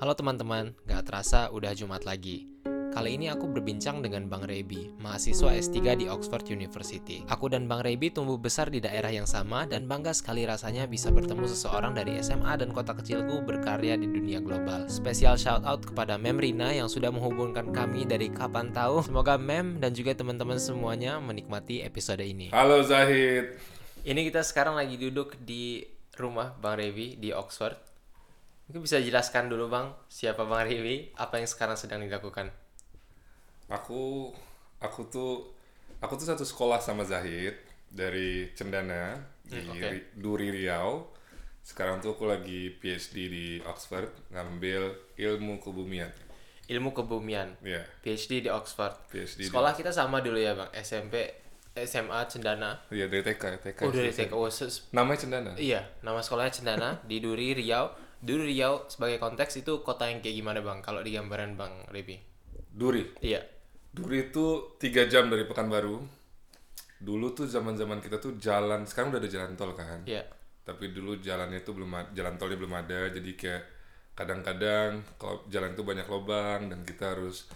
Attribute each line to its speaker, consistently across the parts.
Speaker 1: Halo teman-teman, gak terasa udah Jumat lagi. Kali ini aku berbincang dengan Bang Rebi, mahasiswa S3 di Oxford University. Aku dan Bang Rebi tumbuh besar di daerah yang sama dan bangga sekali rasanya bisa bertemu seseorang dari SMA dan kota kecilku berkarya di dunia global. Spesial shout out kepada Mem Rina yang sudah menghubungkan kami dari kapan tahu. Semoga Mem dan juga teman-teman semuanya menikmati episode ini.
Speaker 2: Halo Zahid.
Speaker 1: Ini kita sekarang lagi duduk di rumah Bang Rebi di Oxford. Mungkin bisa jelaskan dulu Bang, siapa Bang Rebi, apa yang sekarang sedang dilakukan?
Speaker 2: Aku aku tuh aku tuh satu sekolah sama Zahid dari Cendana di
Speaker 1: Oke.
Speaker 2: Duri Riau. Sekarang tuh aku lagi PhD di Oxford ngambil ilmu kebumian.
Speaker 1: Ilmu kebumian,
Speaker 2: Ya,
Speaker 1: PhD di Oxford.
Speaker 2: PhD di
Speaker 1: Sekolah
Speaker 2: Oxford.
Speaker 1: kita sama dulu ya Bang, SMP, SMA Cendana.
Speaker 2: Iya dari TK
Speaker 1: Oh dari
Speaker 2: selesai.
Speaker 1: TK, oh,
Speaker 2: Namanya Cendana.
Speaker 1: iya, nama sekolahnya Cendana di Duri Riau. Duri Riau sebagai konteks itu kota yang kayak gimana Bang, kalau di gambaran Bang Rebi?
Speaker 2: Duri.
Speaker 1: Iya,
Speaker 2: Duri itu 3 jam dari Pekanbaru. Dulu tuh zaman-zaman kita tuh jalan, sekarang udah ada jalan tol kan.
Speaker 1: iya.
Speaker 2: Tapi dulu jalannya itu jalan tolnya belum ada, jadi kayak kadang-kadang kalau jalan itu banyak lubang dan kita harus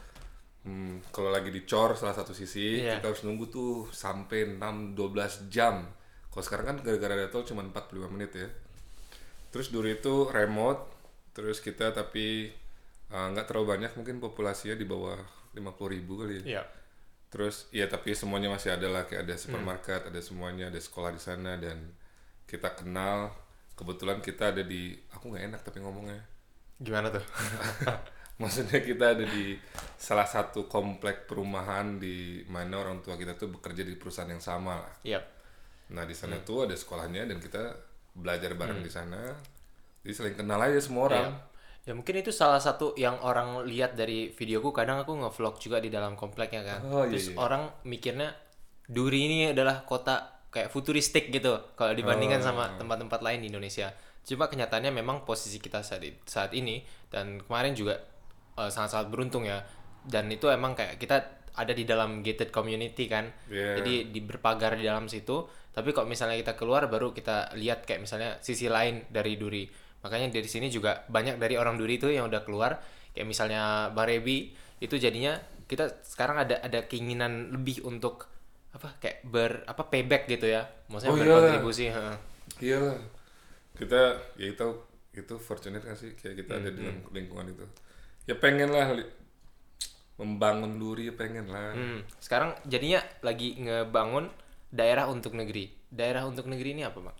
Speaker 2: kalau lagi dicor salah satu sisi
Speaker 1: Iya.
Speaker 2: kita harus nunggu tuh sampai 6-12 jam. Kalau sekarang kan gara-gara ada tol cuma 45 menit ya. Terus dulu itu remote, terus kita tapi nggak terlalu banyak, mungkin populasinya di bawah 50.000 kali ya.
Speaker 1: Iya.
Speaker 2: Terus ya tapi semuanya masih ada lah, kayak ada supermarket, ada semuanya, ada sekolah di sana dan kita kenal. Kebetulan kita ada di, aku nggak enak tapi ngomongnya.
Speaker 1: Gimana tuh?
Speaker 2: Maksudnya kita ada di salah satu komplek perumahan di mana orang tua kita tuh bekerja di perusahaan yang sama lah.
Speaker 1: Iya.
Speaker 2: Nah di sana tuh ada sekolahnya dan kita belajar bareng di sana. Jadi saling kenal aja semua orang.
Speaker 1: Iya. Ya mungkin itu salah satu yang orang lihat dari videoku, kadang aku nge-vlog juga di dalam kompleknya kan.
Speaker 2: Oh iya
Speaker 1: Terus
Speaker 2: iya.
Speaker 1: orang mikirnya Duri ini adalah kota kayak futuristik gitu kalau dibandingkan sama tempat-tempat lain di Indonesia. Cuma kenyataannya memang posisi kita saat ini dan kemarin juga sangat-sangat beruntung ya. Dan itu emang kayak kita ada di dalam gated community kan.
Speaker 2: Iya.
Speaker 1: Jadi berpagar di dalam situ. Tapi kalau misalnya kita keluar baru kita lihat kayak misalnya sisi lain dari Duri. Makanya dari sini juga banyak dari orang Duri itu yang udah keluar. Kayak misalnya Bang Rebi itu jadinya kita sekarang ada keinginan lebih untuk apa kayak payback gitu ya. Maksudnya
Speaker 2: Oh iyalah,
Speaker 1: berkontribusi. Heeh.
Speaker 2: iyalah. Kita ya itu fortunate kan sih, kayak kita ada di dalam lingkungan itu. Ya pengen lah membangun Duri, pengen lah.
Speaker 1: Sekarang jadinya lagi ngebangun daerah untuk negeri. Daerah untuk negeri ini apa, Bang?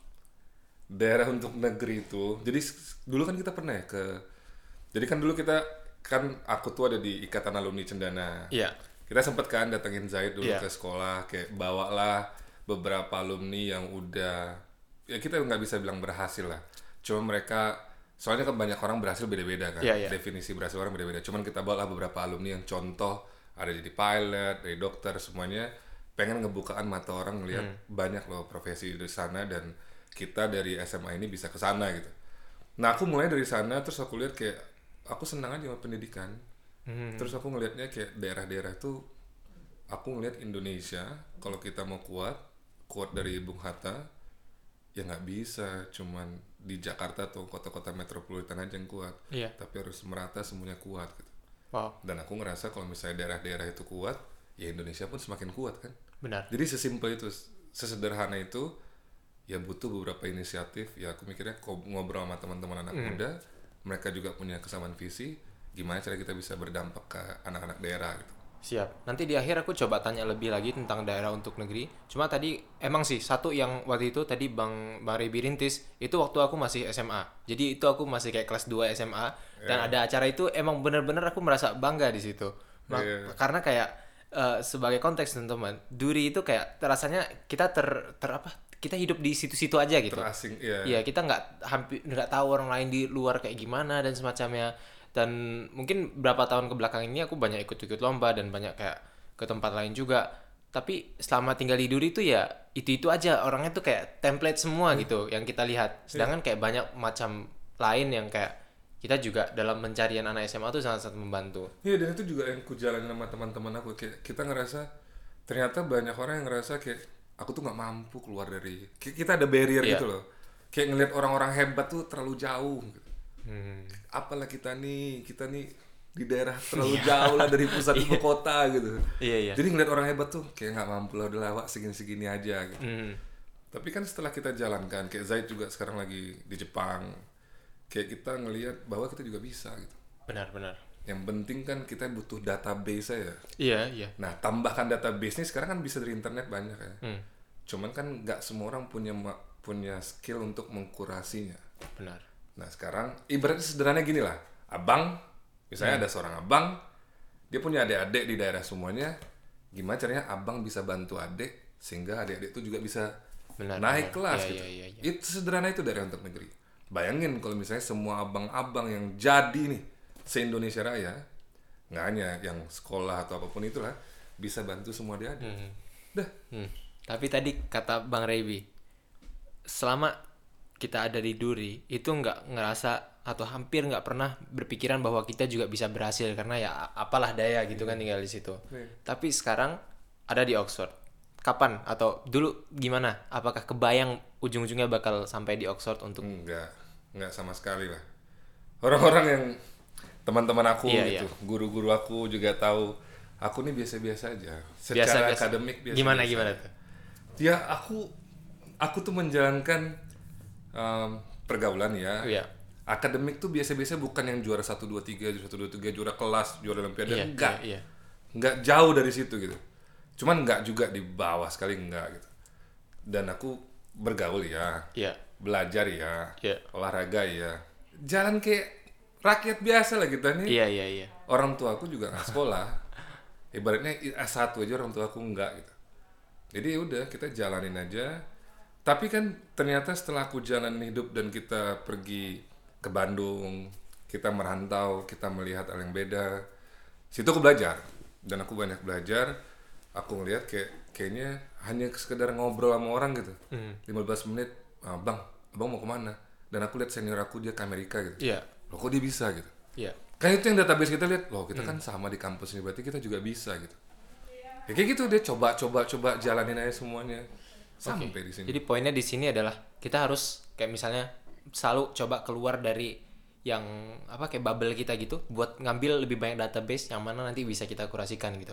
Speaker 2: Daerah untuk negeri itu, jadi dulu kan kita pernah ya jadi kan dulu kita kan aku tuh ada di Ikatan Alumni Cendana.
Speaker 1: Iya.
Speaker 2: Kita sempet kan datengin Zaid dulu
Speaker 1: Iya.
Speaker 2: ke sekolah, kayak bawalah beberapa alumni yang udah, ya kita nggak bisa bilang berhasil lah, cuma mereka, soalnya kan banyak orang berhasil beda-beda kan,
Speaker 1: Iya, iya.
Speaker 2: definisi berhasil orang beda-beda, cuman kita bawalah beberapa alumni yang contoh, ada jadi pilot, dari dokter, semuanya pengen ngebukaan mata orang ngelihat banyak loh profesi di sana dan kita dari SMA ini bisa ke sana gitu. Nah aku mulai dari sana, terus aku lihat kayak aku senang aja sama pendidikan. Terus aku ngelihatnya kayak daerah-daerah itu, aku ngelihat Indonesia kalau kita mau kuat, kuat dari Bung Hatta, ya nggak bisa cuman di Jakarta atau kota-kota metropolitan aja yang kuat,
Speaker 1: Iya.
Speaker 2: tapi harus merata semuanya kuat gitu.
Speaker 1: Wow,
Speaker 2: Dan aku ngerasa kalau misalnya daerah-daerah itu kuat, ya Indonesia pun semakin kuat kan.
Speaker 1: benar.
Speaker 2: Jadi sesimpel itu, sesederhana itu, ya butuh beberapa inisiatif. Ya aku mikirnya ngobrol sama teman-teman anak muda, mereka juga punya kesamaan visi, gimana cara kita bisa berdampak ke anak-anak daerah gitu.
Speaker 1: Siap. Nanti di akhir aku coba tanya lebih lagi tentang daerah untuk negeri. Cuma tadi emang sih satu yang waktu itu tadi Bang Rebi rintis itu waktu aku masih SMA. Jadi itu aku masih kayak kelas 2 SMA dan ada acara itu emang bener-bener aku merasa bangga di situ.
Speaker 2: Iya.
Speaker 1: Karena kayak sebagai konteks teman-teman, Duri itu kayak rasanya kita kita hidup di situ-situ aja gitu.
Speaker 2: Terasing ya.
Speaker 1: Iya, kita nggak tahu orang lain di luar kayak gimana dan semacamnya. Dan mungkin berapa tahun ke belakang ini aku banyak ikut-ikut lomba dan banyak kayak ke tempat lain juga. Tapi selama tinggal di Duri itu ya itu aja, orangnya tuh kayak template semua gitu yang kita lihat. Sedangkan kayak banyak macam lain yang kayak kita juga dalam pencarian anak SMA tuh sangat-sangat membantu.
Speaker 2: Iya, dan itu juga yang ku jalanin sama teman-teman aku, kayak kita ngerasa ternyata banyak orang yang ngerasa kayak aku tuh nggak mampu keluar dari, kita ada barrier
Speaker 1: Iya.
Speaker 2: gitu loh, kayak ngelihat orang-orang hebat tuh terlalu jauh gitu. Apalah kita nih di daerah terlalu jauh lah dari pusat ibu kota gitu.
Speaker 1: Iya.
Speaker 2: Jadi ngeliat orang hebat tuh kayak nggak mampu lah, udah lewat segini-segini aja gitu. Tapi kan setelah kita jalankan, kayak Zaid juga sekarang lagi di Jepang, kayak kita ngelihat bahwa kita juga bisa gitu.
Speaker 1: Benar.
Speaker 2: Yang penting kan kita butuh database ya.
Speaker 1: Iya.
Speaker 2: Nah, tambahkan database-nya sekarang kan bisa dari internet banyak ya. Cuman kan nggak semua orang punya skill untuk mengkurasinya.
Speaker 1: Benar.
Speaker 2: Nah, sekarang ibaratnya sederhananya gini lah. Abang, misalnya ada seorang abang, dia punya adik-adik di daerah semuanya. Gimana caranya abang bisa bantu adik sehingga adik-adik itu juga bisa naik kelas gitu.
Speaker 1: Iya.
Speaker 2: Itu sederhana itu dari untuk negeri. Bayangin kalau misalnya semua abang-abang yang jadi nih se-Indonesia Raya, nggak hanya yang sekolah atau apapun itulah, bisa bantu semua adik-adik. Dah.
Speaker 1: Tapi tadi kata Bang Rebi, selama kita ada di Duri itu nggak ngerasa atau hampir nggak pernah berpikiran bahwa kita juga bisa berhasil karena ya apalah daya gitu kan tinggal di situ. Tapi sekarang ada di Oxford. Kapan atau dulu gimana? Apakah kebayang ujung-ujungnya bakal sampai di Oxford untuk?
Speaker 2: Enggak sama sekali lah. Orang-orang yang teman-teman aku gitu, guru-guru aku juga tahu aku nih biasa-biasa aja. Secara akademik biasa.
Speaker 1: Gimana tuh?
Speaker 2: Ya aku tuh menjalankan pergaulan ya.
Speaker 1: Iya.
Speaker 2: Akademik tuh biasa-biasa, bukan yang juara 1 2 3, juara kelas, juara olimpiade, enggak.
Speaker 1: Iya.
Speaker 2: Enggak jauh dari situ gitu. Cuman enggak juga di bawah sekali, enggak gitu. Dan aku bergaul ya.
Speaker 1: Iya.
Speaker 2: Belajar ya.
Speaker 1: Iya.
Speaker 2: Olahraga ya. Jalan kayak rakyat biasa lah kita nih.
Speaker 1: Iya.
Speaker 2: Orang tua aku juga enggak sekolah. Ibaratnya S1 aja orang tua aku enggak gitu. Jadi udah kita jalanin aja. Tapi kan ternyata setelah aku jalanin hidup dan kita pergi ke Bandung, kita merantau, kita melihat hal yang beda. Situ aku belajar, dan aku banyak belajar. Aku ngeliat kayaknya hanya sekedar ngobrol sama orang gitu. 15 menit, abang mau kemana? Dan aku lihat senior aku dia ke Amerika gitu.
Speaker 1: Iya.
Speaker 2: Loh kok dia bisa gitu?
Speaker 1: Iya.
Speaker 2: Kan itu yang database kita lihat. Loh kita kan sama di kampus ini, berarti kita juga bisa gitu. Ya kayak gitu deh, coba jalanin aja semuanya sampai di sini.
Speaker 1: Jadi poinnya di sini adalah kita harus kayak misalnya selalu coba keluar dari yang kayak bubble kita gitu buat ngambil lebih banyak database yang mana nanti bisa kita kurasikan gitu.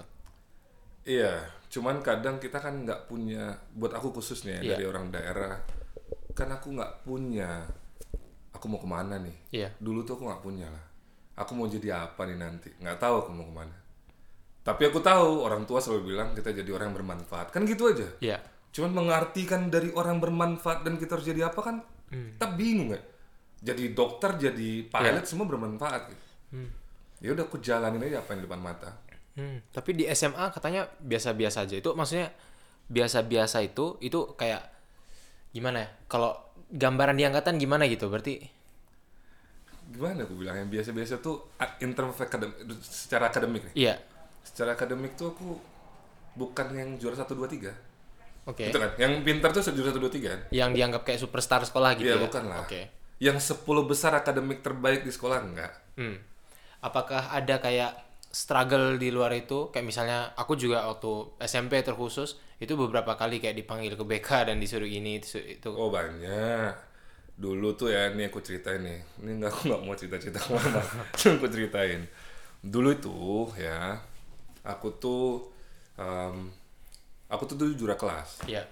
Speaker 2: Iya, cuman kadang kita kan nggak punya, buat aku khususnya dari orang daerah, kan aku nggak punya, aku mau kemana nih?
Speaker 1: Iya.
Speaker 2: Dulu tuh aku nggak punya lah. Aku mau jadi apa nih nanti? Nggak tahu aku mau kemana. Tapi aku tahu orang tua selalu bilang kita jadi orang yang bermanfaat. Kan gitu aja.
Speaker 1: Iya.
Speaker 2: Cuman mengartikan dari orang bermanfaat dan kita harus jadi apa kan? Kita bingung ya. Jadi dokter, jadi pilot semua bermanfaat gitu. Ya udah aku jalanin aja apa yang di depan mata.
Speaker 1: Tapi di SMA katanya biasa-biasa aja. Itu maksudnya biasa-biasa itu kayak gimana ya? Kalau gambaran di angkatan gimana gitu? Berarti
Speaker 2: gimana aku bilang yang biasa-biasa tuh in terms of secara akademik nih.
Speaker 1: Iya.
Speaker 2: Secara akademik tuh aku bukan yang juara 1 2 3.
Speaker 1: Oke.
Speaker 2: Itu kan. Yang pintar tuh juara 1 2 3 kan?
Speaker 1: Yang dianggap kayak superstar sekolah gitu
Speaker 2: ya?
Speaker 1: Ya?
Speaker 2: Bukan lah.
Speaker 1: Oke.
Speaker 2: Yang 10 besar akademik terbaik di sekolah enggak.
Speaker 1: Apakah ada kayak struggle di luar itu? Kayak misalnya aku juga waktu SMP terkhusus itu beberapa kali kayak dipanggil ke BK dan disuruh ini itu.
Speaker 2: Oh banyak. Dulu tuh ya, ini aku ceritain nih. Ini aku nggak mau cerita-cerita kemana. Aku ceritain. Dulu itu ya, aku tuh dulu juara kelas.
Speaker 1: Iya.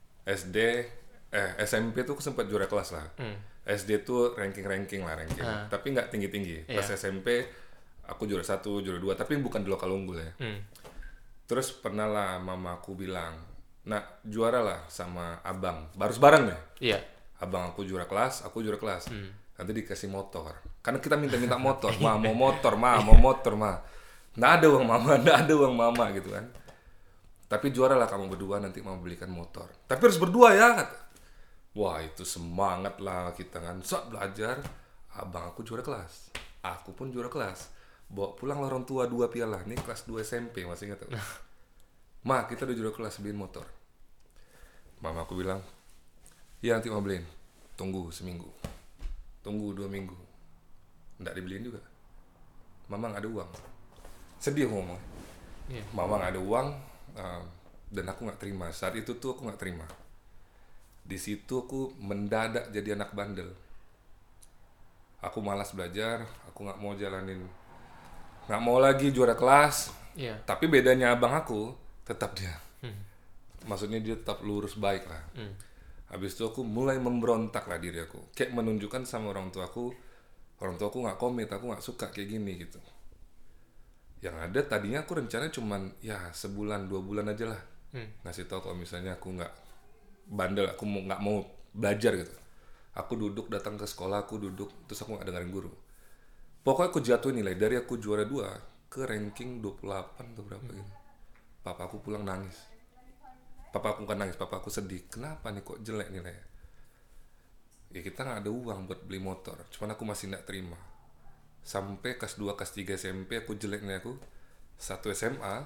Speaker 2: SMP tuh aku sempat juara kelas lah. SD tuh ranking lah. Tapi nggak tinggi-tinggi. Pas SMP aku juara 1, juara 2, tapi bukan di lokal unggul ya. Terus pernah lah mama aku bilang, "Nak, juara lah sama abang. Bareng bareng ya?"
Speaker 1: Iya.
Speaker 2: Abang aku juara kelas, aku juara kelas. Nanti dikasih motor. Karena kita minta motor. Mau motor, mau motor. Nggak ada uang mama gitu kan. Tapi juara lah kamu berdua, nanti mau belikan motor. Tapi harus berdua ya, kata. Wah, itu semangat lah kita kan. Saat belajar, abang aku juara kelas. Aku pun juara kelas. Bawa pulang orang tua 2 piala. Ini kelas 2 SMP, masih ingat. Ma, kita udah juara kelas, beliin motor. Mama aku bilang, ya nanti mau beliin. Tunggu seminggu. Tunggu 2 minggu. Nggak dibeliin juga. Mama nggak ada uang. Sedih aku ngomong. Mama nggak ada uang. Dan aku nggak terima. Saat itu tuh aku nggak terima. Di situ aku mendadak jadi anak bandel. Aku malas belajar, aku nggak mau nggak mau lagi juara kelas.
Speaker 1: Iya.
Speaker 2: Tapi bedanya abang aku tetap dia, maksudnya dia tetap lurus baik lah. Habis itu aku mulai memberontak lah diri aku, kayak menunjukkan sama orang tuaku nggak komit, aku nggak suka kayak gini gitu. Yang ada tadinya aku rencana cuman ya sebulan 2 bulan aja lah, ngasih tahu kalau misalnya aku nggak bandel, aku nggak mau belajar gitu. Aku duduk datang ke sekolah, aku duduk terus aku nggak dengerin guru. Pokoknya aku jatuh nilai dari aku juara 2 ke ranking 28 atau berapa gitu. Papa aku pulang nangis. Papa aku bukan nangis, papa aku sedih. Kenapa nih kok jelek nilainya? Ya kita nggak ada uang buat beli motor. Cuman aku masih nggak terima. Sampai kelas 2, kelas 3 SMP aku jelek nilai aku. 1 SMA,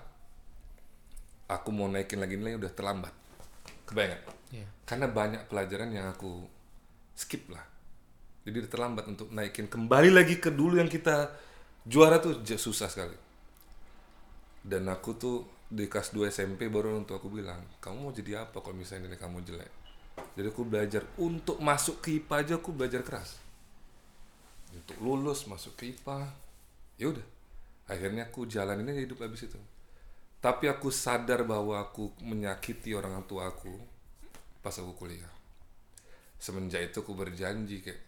Speaker 2: aku mau naikin lagi nilai udah terlambat. Kebayang?
Speaker 1: Iya.
Speaker 2: Karena banyak pelajaran yang aku skip lah. Jadi udah terlambat untuk naikin kembali lagi ke dulu yang kita juara tuh susah sekali. Dan aku tuh di kelas 2 SMP baru orang tua aku bilang, kamu mau jadi apa kalau misalnya nilai kamu jelek? Jadi aku belajar untuk masuk ke IPA aja, aku belajar keras untuk lulus masuk ke IPA. Ya udah, akhirnya aku jalanin aja hidup habis itu. Tapi aku sadar bahwa aku menyakiti orang tua aku pas aku kuliah. Semenjak itu aku berjanji kayak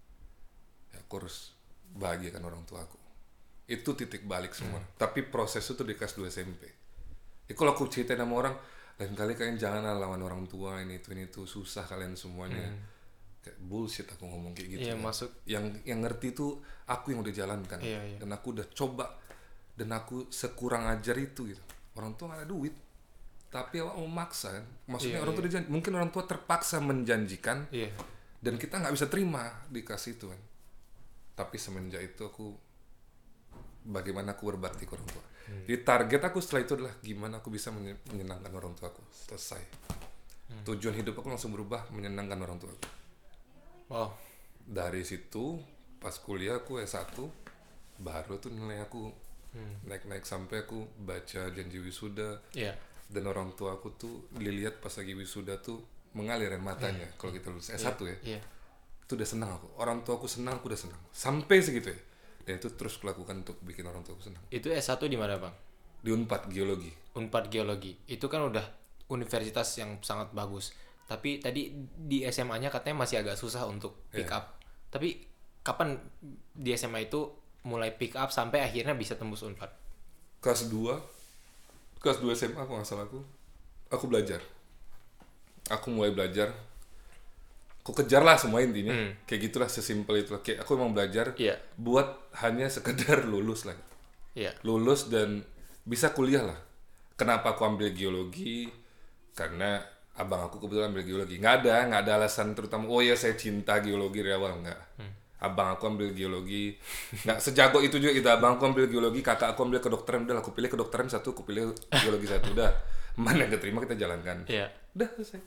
Speaker 2: ya aku harus bahagiakan orang tua aku. Itu titik balik semua. Tapi proses itu di kelas 2 SMP. Kalau aku ceritain sama orang, lain kali kalian jangan lawan orang tua, ini itu susah kalian semuanya. Kayak bullshit aku ngomong kayak gitu.
Speaker 1: Iya,
Speaker 2: kan.
Speaker 1: masuk.
Speaker 2: Yang ngerti itu aku yang udah jalankan.
Speaker 1: Iya.
Speaker 2: Dan aku udah coba, dan aku sekurang ajar itu gitu. Orang tua gak ada duit, tapi awak mau maksa kan. Maksudnya orang tua mungkin orang tua terpaksa menjanjikan, dan kita nggak bisa terima dikasih itu kan. Tapi semenjak itu aku bagaimana aku berbakti ke orang tua. Jadi target aku setelah itu adalah gimana aku bisa menyenangkan orang tua aku. Selesai. Tujuan hidup aku langsung berubah, menyenangkan orang tua aku.
Speaker 1: Wow.
Speaker 2: Dari situ pas kuliah aku S1 baru tuh nilai aku naik-naik sampai aku baca janji wisuda. Dan orang tua aku tuh dilihat pas lagi wisuda tuh mengalir matanya kalau kita lulus S1 ya. Itu udah senang aku. Orang tua aku senang, aku udah senang. Sampai segitu ya. Dan itu terus kulakukan untuk bikin orang tua aku senang.
Speaker 1: Itu S1 di mana, Bang?
Speaker 2: Di Unpad Geologi.
Speaker 1: Unpad Geologi. Itu kan udah universitas yang sangat bagus. Tapi tadi di SMA-nya katanya masih agak susah untuk pick up. Tapi kapan di SMA itu mulai pick up sampai akhirnya bisa tembus Unpad?
Speaker 2: Kelas 2 SMA kalau nggak salah aku belajar. Aku mulai belajar. Aku kejar lah semua intinya. Kayak gitulah, sesimpel itu. Kayak aku emang belajar buat hanya sekedar lulus lah. Lulus dan bisa kuliah lah. Kenapa aku ambil geologi? Karena abang aku kebetulan ambil geologi. Nggak ada alasan terutama, oh ya saya cinta geologi dari awal. Nggak. Abang aku ambil geologi. Nggak sejago itu juga gitu. Abang aku ambil geologi, kakak aku ambil kedokteran. Udah, aku pilih kedokteran 1, aku pilih geologi 1. Udah. Mana yang keterima kita jalankan. Udah, selesai.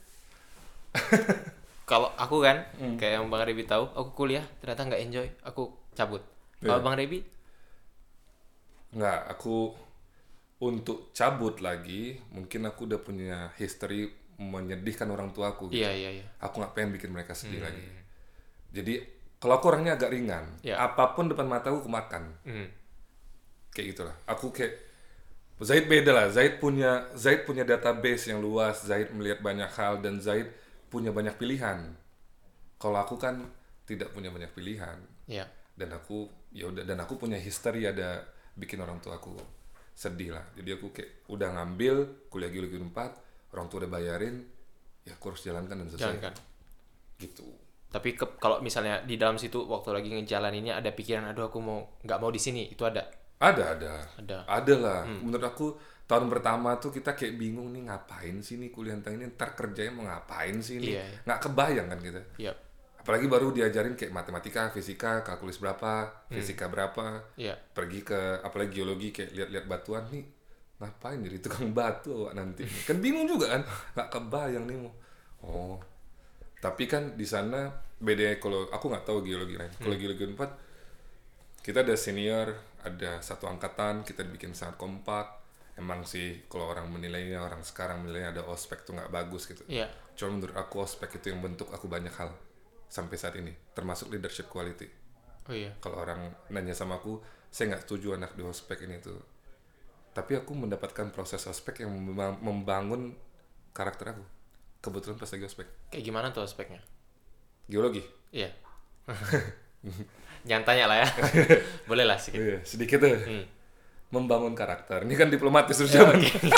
Speaker 1: Kalau aku kan, kayak yang Bang Rebi tahu, aku kuliah ternyata nggak enjoy, aku cabut. Kalau Bang Rebi?
Speaker 2: Nggak, aku untuk cabut lagi, mungkin aku udah punya history menyedihkan orang tua aku. Gitu.
Speaker 1: Iya.
Speaker 2: Aku nggak pengen bikin mereka sedih lagi. Jadi, kalau aku orangnya agak ringan, apapun depan mata aku makan. Kayak gitulah. Aku kayak Zaid beda lah. Zaid punya database yang luas. Zaid melihat banyak hal dan Zaid punya banyak pilihan. Kalau aku kan tidak punya banyak pilihan. Dan aku punya history ada bikin orang tua aku sedih lah. Jadi aku kayak udah ngambil kuliah geologi 4, orang tua udah bayarin, ya aku harus jalankan dan selesai. Gitu.
Speaker 1: Tapi kalau misalnya di dalam situ waktu lagi ngejalaninnya ada pikiran, aduh aku nggak mau di sini, itu ada? Ada lah. Menurut aku tahun pertama tuh kita kayak bingung nih, ngapain sih nih kuliah tentang ini, ntar kerjanya mau ngapain sih nih. Nggak kebayang kan kita. Apalagi baru diajarin kayak matematika, fisika, kalkulus berapa, fisika berapa. Pergi ke apalagi geologi kayak lihat-lihat batuan nih, ngapain jadi tukang batu awak nanti. Kan bingung juga kan. Nggak kebayang nih mau. Oh. Tapi kan di sana beda, kalau aku nggak tahu geologi lain. Kalau geologi 4 kita ada senior, ada satu angkatan, kita dibikin sangat kompak. Emang sih kalau orang menilainya, orang sekarang menilainya ada ospek tuh nggak bagus gitu. Cuma menurut aku ospek itu yang bentuk aku banyak hal sampai saat ini, termasuk leadership quality. Oh iya.
Speaker 2: Kalau orang nanya sama aku, saya nggak setuju anak di ospek ini tuh. Tapi aku mendapatkan proses ospek yang membangun karakter aku. Kebetulan pas lagi ospek.
Speaker 1: Kayak gimana tuh aspeknya?
Speaker 2: Geologi.
Speaker 1: Iya. Jangan tanya lah ya. Boleh lah sedikit.
Speaker 2: Iya, sedikit tuh. Membangun karakter. Ini kan diplomatis terus
Speaker 1: Ya,
Speaker 2: jawaban.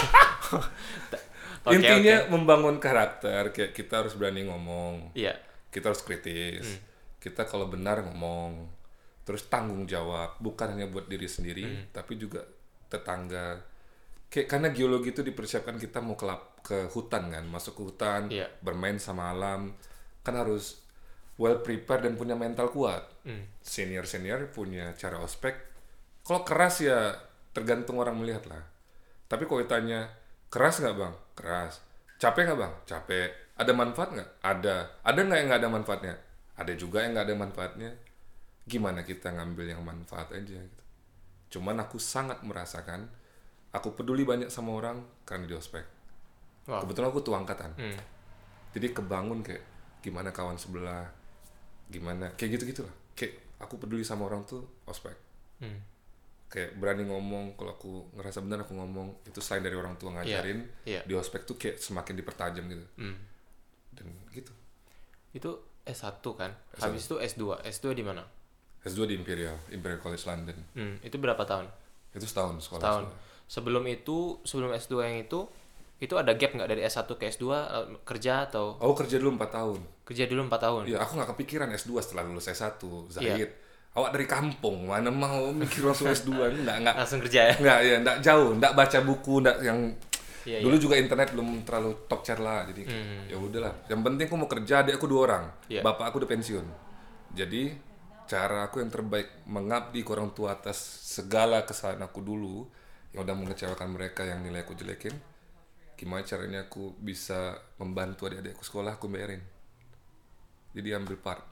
Speaker 1: Oke,
Speaker 2: Intinya
Speaker 1: oke.
Speaker 2: membangun karakter. Kayak kita harus berani ngomong.
Speaker 1: Iya.
Speaker 2: Kita harus kritis. Kita kalau benar ngomong. Terus tanggung jawab. Bukan hanya buat diri sendiri, tapi juga tetangga. Kayak karena geologi itu dipersiapkan kita mau ke hutan kan, masuk ke hutan,
Speaker 1: Iya.
Speaker 2: bermain sama alam, kan harus well prepared dan punya mental kuat. Senior punya cara ospek. Kalau keras ya tergantung orang melihat lah. Tapi kalau ditanya keras nggak bang? Keras. Capek nggak bang? Capek. Ada manfaat nggak? Ada. Ada nggak yang nggak ada manfaatnya? Ada juga yang nggak ada manfaatnya. Gimana kita ngambil yang manfaat aja gitu. Cuman aku sangat merasakan, aku peduli banyak sama orang karena di ospek.
Speaker 1: Wow.
Speaker 2: Kebetulan aku tuh angkatan. Jadi kebangun kayak gimana kawan sebelah, gimana kayak gitu-gitu lah. Kayak aku peduli sama orang tuh ospek. Kayak berani ngomong, kalau aku ngerasa benar aku ngomong. Itu selain dari orang tua ngajarin,
Speaker 1: Iya.
Speaker 2: di ospek tuh kayak semakin dipertajam gitu. Dan gitu.
Speaker 1: Itu S1 kan? Habis itu S2. S2 di mana?
Speaker 2: S2 di Imperial College London.
Speaker 1: Itu berapa tahun?
Speaker 2: Itu setahun sekolah.
Speaker 1: Tahun. Sebelum S2 yang itu ada gap nggak dari S1 ke S2 kerja atau
Speaker 2: Aku kerja dulu 4 tahun.
Speaker 1: kerja dulu 4 tahun?
Speaker 2: Iya, aku nggak kepikiran S2 setelah lulus S1. Zahid,
Speaker 1: Iya.
Speaker 2: awak dari kampung, mana mau mikir langsung S2? Nggak.
Speaker 1: Langsung kerja ya?
Speaker 2: Nggak, ya, nggak jauh, nggak baca buku, nggak yang
Speaker 1: Iya,
Speaker 2: dulu juga internet belum terlalu top chair lah, jadi ya udahlah. Yang penting aku mau kerja, adik aku 2 orang,
Speaker 1: Iya.
Speaker 2: bapak aku udah pensiun. Jadi cara aku yang terbaik mengabdi ke orang tua atas segala kesalahan aku dulu yang udah mengecewakan mereka, yang nilai aku jelekin. Gimana caranya aku bisa membantu adik-adikku sekolah, aku bayarin. Jadi ambil part.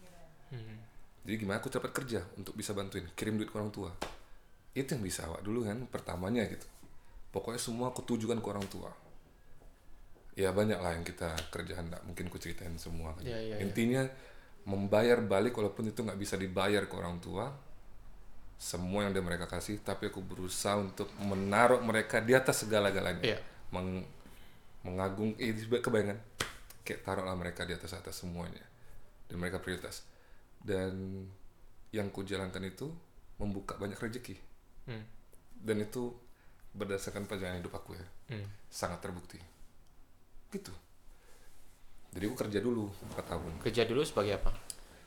Speaker 2: Jadi gimana aku dapat kerja untuk bisa bantuin, kirim duit ke orang tua. Itu yang bisa awak dulu kan, pertamanya gitu. Pokoknya semua aku tujukan ke orang tua. Ya banyak lah yang kita kerjaan, nggak mungkin aku ceritain semua kan.
Speaker 1: Iya.
Speaker 2: Intinya membayar balik walaupun itu nggak bisa dibayar ke orang tua. Semua yang udah mereka kasih, tapi aku berusaha untuk menaruh mereka di atas segala-galanya.
Speaker 1: Iya.
Speaker 2: Mengagung, kebayangan. Kayak taruhlah mereka di atas semuanya. Dan mereka prioritas. Dan yang ku jalankan itu membuka banyak rezeki. Dan itu berdasarkan perjalanan hidup aku ya. Sangat terbukti. Gitu. Jadi aku kerja dulu 4 tahun.
Speaker 1: Kerja dulu sebagai apa?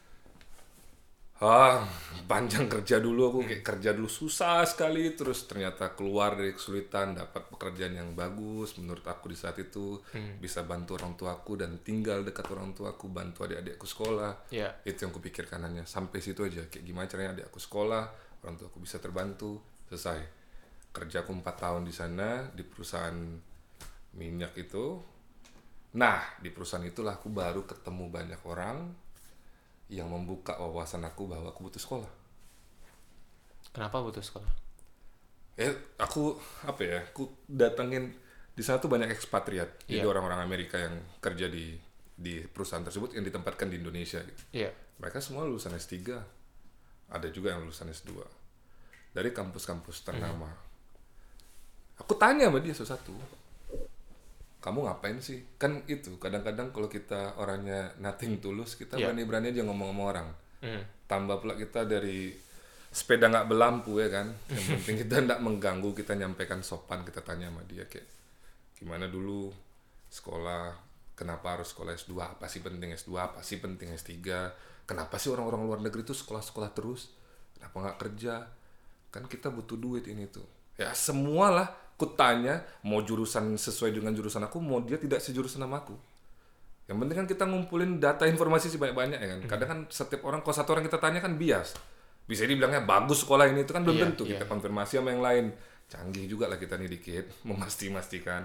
Speaker 2: Panjang kerja dulu, aku kayak kerja dulu susah sekali, terus ternyata keluar dari kesulitan, dapat pekerjaan yang bagus menurut aku di saat itu, bisa bantu orang tuaku dan tinggal dekat orang tuaku, bantu adik-adikku sekolah.
Speaker 1: Iya.
Speaker 2: Itu yang kupikirkan, hanya sampai situ aja, kayak gimana caranya adikku sekolah, orang tuaku bisa terbantu, selesai. Kerjaku 4 tahun di sana di perusahaan minyak itu. Nah, di perusahaan itulah aku baru ketemu banyak orang yang membuka wawasan aku bahwa aku butuh sekolah.
Speaker 1: Kenapa butuh sekolah?
Speaker 2: Aku datengin di sana tuh banyak ekspatriat, jadi orang-orang Amerika yang kerja di perusahaan tersebut yang ditempatkan di Indonesia gitu.
Speaker 1: Iya.
Speaker 2: Mereka semua lulusan S3, ada juga yang lulusan S2 dari kampus-kampus ternama. Aku tanya sama dia satu-satu, kamu ngapain sih? Kan itu, kadang-kadang kalau kita orangnya nothing tulus, kita berani-berani aja ngomong sama orang. Tambah pula kita dari sepeda nggak berlampu ya kan. Yang penting kita nggak mengganggu, kita nyampaikan sopan, kita tanya sama dia kayak, gimana dulu sekolah, kenapa harus sekolah S2, apa sih penting S2, apa sih penting S3, kenapa sih orang-orang luar negeri tuh sekolah-sekolah terus, kenapa nggak kerja, kan kita butuh duit ini tuh. Ya semualah aku tanya, mau jurusan sesuai dengan jurusan aku, mau dia tidak sejurusan sama aku. Yang penting kan kita ngumpulin data informasi sebanyak-banyak ya kan. Kadang kan setiap orang, kalau satu orang kita tanya kan bias. Bisa dibilangnya bagus sekolah ini, itu kan belum tentu. Kita konfirmasi sama yang lain. Canggih juga lah kita nih dikit, memastikan.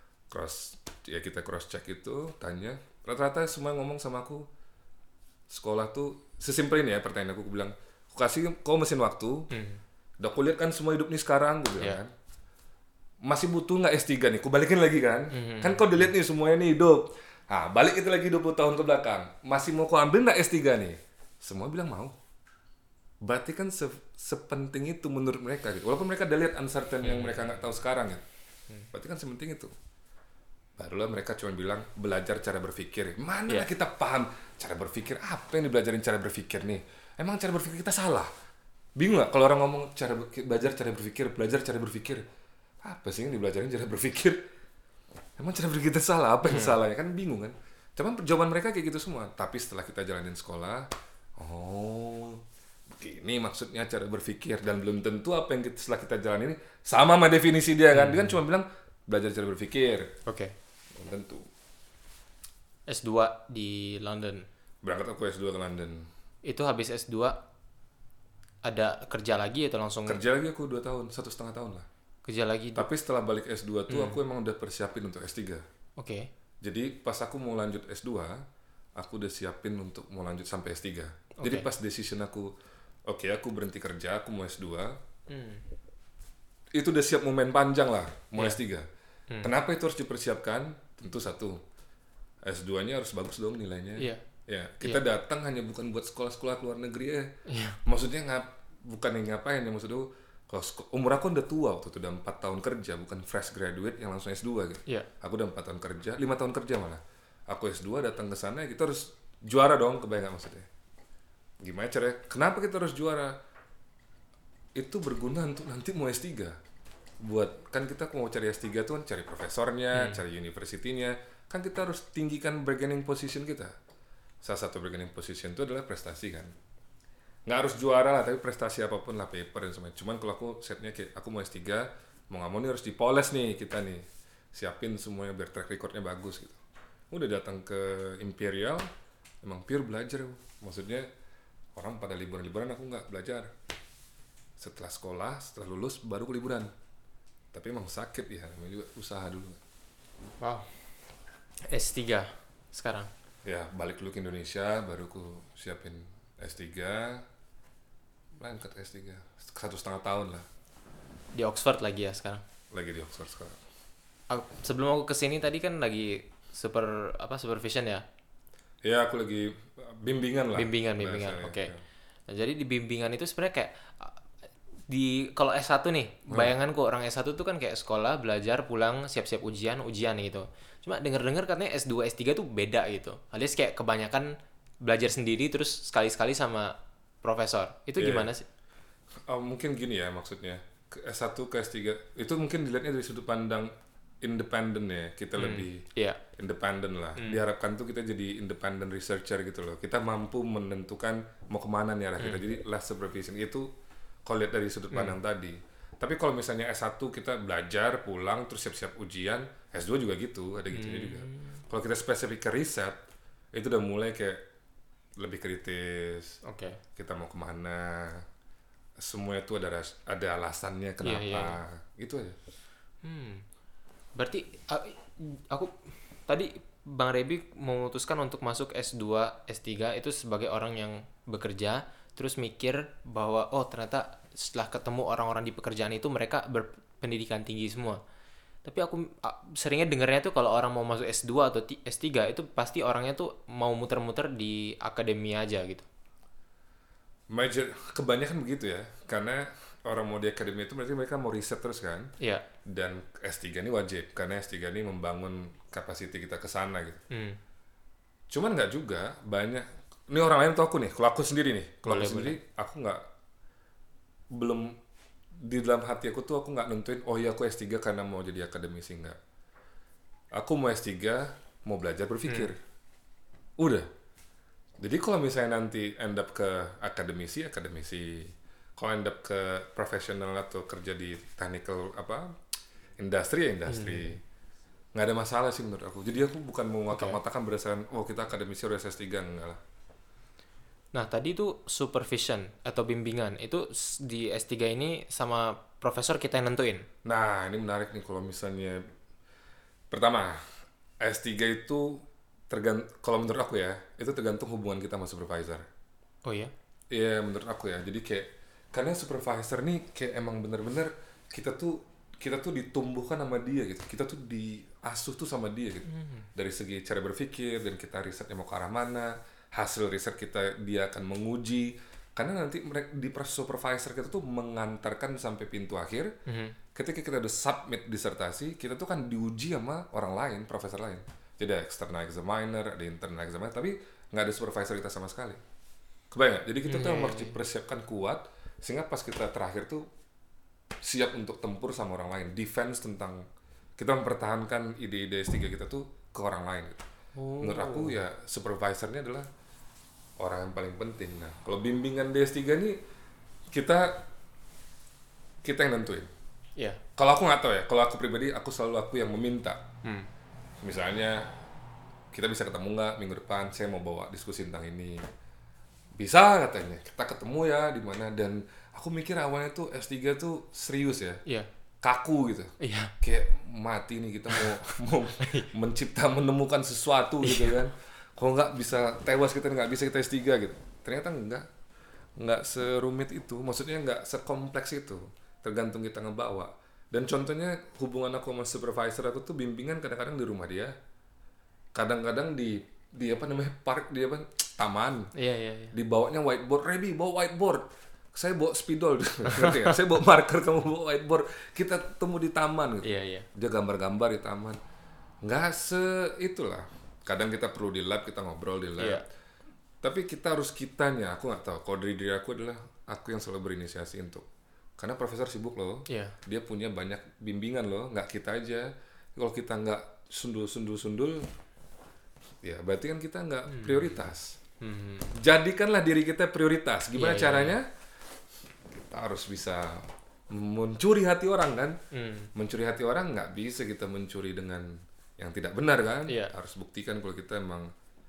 Speaker 2: Kita cross check itu, tanya. Rata-rata semua ngomong sama aku, sekolah tuh sesimpel ini ya pertanyaan aku bilang, aku kasih kau mesin waktu. Udah aku lihat kan semua hidup nih sekarang, gue bilang kan. Masih butuh nggak S3 nih? Ku balikin lagi kan? Kan kau dilihat nih semuanya nih hidup. Nah, balik itu lagi 20 tahun ke belakang. Masih mau kau ambil nggak S3 nih? Semua bilang mau. Berarti kan sepenting itu menurut mereka gitu. Walaupun mereka udah lihat uncertain yang mereka nggak tahu sekarang ya. Berarti kan sepenting itu. Barulah mereka cuma bilang belajar cara berpikir. Mana kita paham cara berpikir, apa yang dibelajarin cara berpikir nih? Emang cara berpikir kita salah? Bingung nggak kalau orang ngomong belajar cara berpikir? Apa sih yang dibelajarin cara berpikir? Emang cara berpikir kita salah? Apa yang salahnya? Kan bingung kan? Cuman jawaban mereka kayak gitu semua. Tapi setelah kita jalanin sekolah, oh begini maksudnya cara berpikir, dan belum tentu apa yang setelah kita jalanin sama definisi dia kan. Dia kan cuma bilang belajar cara berpikir.
Speaker 1: Oke.
Speaker 2: Belum tentu.
Speaker 1: S2 di London.
Speaker 2: Berangkat aku S2 ke London.
Speaker 1: Itu habis S2 ada kerja lagi atau langsung
Speaker 2: Kerja lagi aku 2 tahun, 1,5 tahun lah.
Speaker 1: kerja lagi?
Speaker 2: Tapi setelah balik S2 tuh aku emang udah persiapin untuk S3.
Speaker 1: Oke.
Speaker 2: Jadi pas aku mau lanjut S2, aku udah siapin untuk mau lanjut sampai S3. Jadi pas decision aku, aku berhenti kerja, aku mau S2. Itu udah siap momen panjang lah, mau S3. Kenapa itu harus dipersiapkan? Tentu satu, S2-nya harus bagus dong nilainya. Ya, kita datang hanya bukan buat sekolah-sekolah luar negeri ya. Maksudnya bukan yang ngapain ya, maksudnya kalau umur aku udah tua waktu itu, udah 4 tahun kerja, bukan fresh graduate yang langsung S2 gitu. Aku udah 4 tahun kerja, 5 tahun kerja malah. Aku S2 datang ke sana, kita harus juara dong, kebayang gak maksudnya? Gimana caranya? Kenapa kita harus juara? Itu berguna untuk nanti mau S3. Buat, kan kita mau cari S3 tuh kan cari profesornya, cari universitinya, kan kita harus tinggikan bargaining position kita. Salah satu bargaining position itu adalah prestasi kan. Nggak harus juara lah, tapi prestasi apapun lah, paper dan semuanya. Cuman kalau aku setnya kayak aku mau S3, mau nggak mau nih harus dipoles nih kita nih, siapin semuanya biar track recordnya bagus gitu. Udah datang ke Imperial, emang pure belajar. Maksudnya orang pada liburan-liburan, aku nggak belajar. Setelah sekolah, setelah lulus baru ke liburan. Tapi emang sakit ya, namanya juga usaha dulu.
Speaker 1: Wow. S3 sekarang.
Speaker 2: Ya balik dulu ke Indonesia, baru aku siapin S3, berangkat S3 1,5 tahun lah.
Speaker 1: Di Oxford lagi ya sekarang.
Speaker 2: Lagi di Oxford sekarang.
Speaker 1: Sebelum aku kesini tadi kan lagi supervision ya.
Speaker 2: Ya aku lagi bimbingan lah.
Speaker 1: Bimbingan. Oke. Nah, jadi di bimbingan itu sebenarnya kayak kalau S1 nih, bayanganku orang S1 tuh kan kayak sekolah, belajar, pulang, siap-siap ujian gitu. Cuma denger-dengar katanya S2, S3 tuh beda gitu. Alias kayak kebanyakan belajar sendiri terus sekali-sekali sama profesor. Itu gimana sih?
Speaker 2: Mungkin gini ya maksudnya. Ke S1 ke S3 itu mungkin dilihatnya dari sudut pandang independen ya. Kita lebih independen lah. Diharapkan tuh kita jadi independent researcher gitu loh. Kita mampu menentukan mau kemana nih arah kita. Jadi less supervision itu kalau lihat dari sudut pandang tadi. Tapi kalau misalnya S1 kita belajar, pulang, terus siap-siap ujian, S2 juga gitu, ada gitunya juga. Kalau kita spesifik ke riset, itu udah mulai kayak lebih kritis. Kita mau kemana, semua itu ada alasannya kenapa. Itu aja.
Speaker 1: Berarti aku tadi Bang Rebi memutuskan untuk masuk S2, S3 itu sebagai orang yang bekerja, terus mikir bahwa ternyata setelah ketemu orang-orang di pekerjaan itu mereka berpendidikan tinggi semua. Tapi aku seringnya dengarnya tuh kalau orang mau masuk S2 atau S3 itu pasti orangnya tuh mau muter-muter di akademi aja gitu.
Speaker 2: Kebanyakan begitu ya, karena orang mau di akademi itu berarti mereka mau riset terus kan. Dan S3 ini wajib, karena S3 ini membangun kapasiti kita ke sana gitu. Cuman nggak juga, banyak. Ini orang lain tuh aku nih, kalau aku sendiri nih. Kalau aku sendiri, aku belum di dalam hati aku tuh aku nggak nentuin aku S3 karena mau jadi akademisi, nggak. Aku mau S3 mau belajar berpikir. Udah. Jadi kalau misalnya nanti end up ke akademisi, kalau end up ke profesional atau kerja di technical industri, nggak ada masalah sih menurut aku. Jadi aku bukan mau ngotak-ngotakan berdasarkan kita akademisi harus S3, enggak lah.
Speaker 1: Nah, tadi itu supervision atau bimbingan, itu di S3 ini sama profesor kita yang nentuin?
Speaker 2: Nah, ini menarik nih kalau misalnya. Pertama, S3 itu kalau menurut aku ya, itu tergantung hubungan kita sama supervisor.
Speaker 1: Oh iya?
Speaker 2: Iya, menurut aku ya. Jadi kayak, karena supervisor nih kayak emang bener-bener kita tuh ditumbuhkan sama dia gitu. Kita tuh diasuh tuh sama dia gitu. Dari segi cara berpikir, dan kita risetnya mau ke arah mana, hasil riset kita dia akan menguji Karena nanti mereka di supervisor kita tuh mengantarkan sampai pintu akhir. Ketika kita udah submit disertasi, kita tuh kan diuji sama orang lain, profesor lain. Jadi ada external examiner, ada internal examiner, tapi nggak ada supervisor kita sama sekali. Kebayang nggak? Jadi kita tuh harus dipersiapkan kuat, sehingga pas kita terakhir tuh siap untuk tempur sama orang lain, defense tentang kita mempertahankan ide-ide S3 kita tuh ke orang lain gitu. Menurut aku ya supervisornya adalah orang yang paling penting. Nah, kalau bimbingan D3 nih kita yang nentuin.
Speaker 1: Iya.
Speaker 2: Kalau aku nggak tahu ya, kalau aku pribadi aku selalu yang meminta. Misalnya kita bisa ketemu nggak minggu depan, saya mau bawa diskusi tentang ini. Bisa katanya, kita ketemu ya di mana. Dan aku mikir awalnya tuh S3 tuh serius ya.
Speaker 1: Iya.
Speaker 2: Kaku gitu.
Speaker 1: Iya.
Speaker 2: Kayak mati nih kita mau menemukan sesuatu gitu kan. Kalau nggak bisa tewas kita nggak bisa kita S3 gitu. Ternyata nggak serumit itu, maksudnya nggak sekompleks itu. Tergantung kita ngebawa. Dan contohnya hubungan aku sama supervisor aku tuh bimbingan kadang-kadang di rumah dia. Kadang-kadang di apa namanya park di apa taman.
Speaker 1: Iya.
Speaker 2: Dibawanya whiteboard, Rebi bawa whiteboard. Saya bawa spidol, ngerti ya? Saya bawa marker, kamu bawa whiteboard. Kita temu di taman gitu.
Speaker 1: Iya.
Speaker 2: Dia gambar-gambar di taman. Nggak itulah. Kadang kita perlu di lab, kita ngobrol di lab.
Speaker 1: Iya.
Speaker 2: Tapi kita harus kitanya, aku nggak tahu. Kalau dari diri aku adalah aku yang selalu berinisiasi untuk. Karena profesor sibuk loh.
Speaker 1: Iya.
Speaker 2: Dia punya banyak bimbingan loh, nggak kita aja. Kalau kita nggak sundul, ya berarti kan kita nggak prioritas. Jadikanlah diri kita prioritas. Gimana caranya? Kita harus bisa mencuri hati orang kan. Mencuri hati orang nggak bisa kita mencuri dengan yang tidak benar kan. Harus buktikan kalau kita emang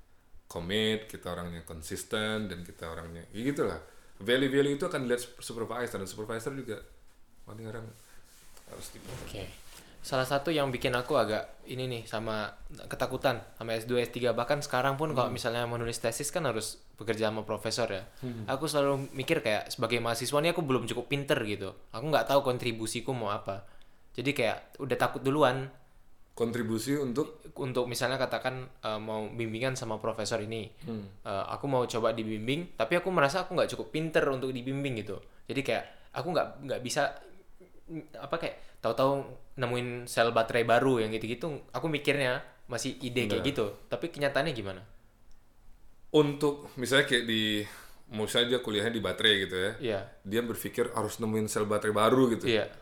Speaker 2: komit, kita orangnya konsisten, dan kita orangnya ya gitulah. Value-value itu akan dilihat supervisor, dan supervisor juga ini orang harus
Speaker 1: Oke. Salah satu yang bikin aku agak ini nih sama ketakutan sama S2 S3, bahkan sekarang pun kalau misalnya menulis tesis kan harus bekerja sama profesor ya. Aku selalu mikir kayak sebagai mahasiswa nih aku belum cukup pinter gitu. Aku nggak tahu kontribusiku mau apa. Jadi kayak udah takut duluan.
Speaker 2: Kontribusi untuk
Speaker 1: misalnya katakan mau bimbingan sama profesor ini. Aku mau coba dibimbing, tapi aku merasa aku nggak cukup pinter untuk dibimbing gitu. Jadi kayak aku nggak bisa kayak tahu-tahu nemuin sel baterai baru yang gitu-gitu. Aku mikirnya masih ide kayak gitu, tapi kenyataannya gimana?
Speaker 2: Untuk misalnya kayak misalnya dia kuliahnya di baterai gitu ya.
Speaker 1: Iya.
Speaker 2: Dia berpikir harus nemuin sel baterai baru gitu.
Speaker 1: Iya.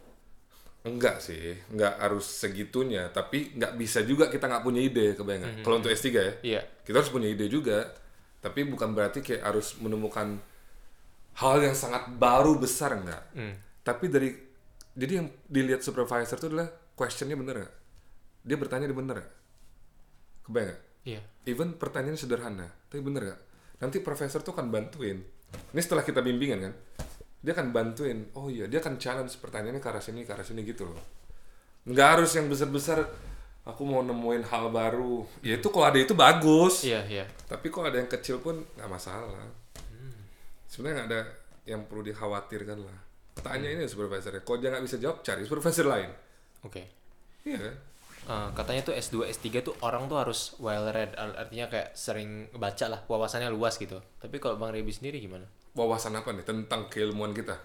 Speaker 2: Enggak sih, enggak harus segitunya, tapi enggak bisa juga kita nggak punya ide, kebayang. Kalau untuk S3 ya,
Speaker 1: Iya.
Speaker 2: kita harus punya ide juga, tapi bukan berarti kayak harus menemukan hal yang sangat baru besar, enggak. Tapi jadi yang dilihat supervisor itu adalah questionnya bener nggak? Dia bertanya dia bener nggak? Kebayang nggak?
Speaker 1: Iya.
Speaker 2: Even pertanyaannya sederhana, tapi bener nggak? Nanti profesor tuh akan bantuin. Ini setelah kita bimbingan kan? Dia akan bantuin, oh iya, dia akan challenge pertanyaannya ke arah sini gitu loh. Nggak harus yang besar-besar, aku mau nemuin hal baru. Ya itu kalau ada itu bagus.
Speaker 1: Iya.
Speaker 2: Tapi kalau ada yang kecil pun nggak masalah. Sebenarnya nggak ada yang perlu dikhawatirkan lah. Tanya ini supervisornya, kalau dia nggak bisa jawab, cari supervisor lain.
Speaker 1: Oke.
Speaker 2: Iya kan?
Speaker 1: Katanya tuh S2, S3 tuh orang tuh harus well read, artinya kayak sering baca lah, wawasannya luas gitu. Tapi kalau Bang Rebi sendiri gimana?
Speaker 2: Wawasan apa nih tentang keilmuan kita?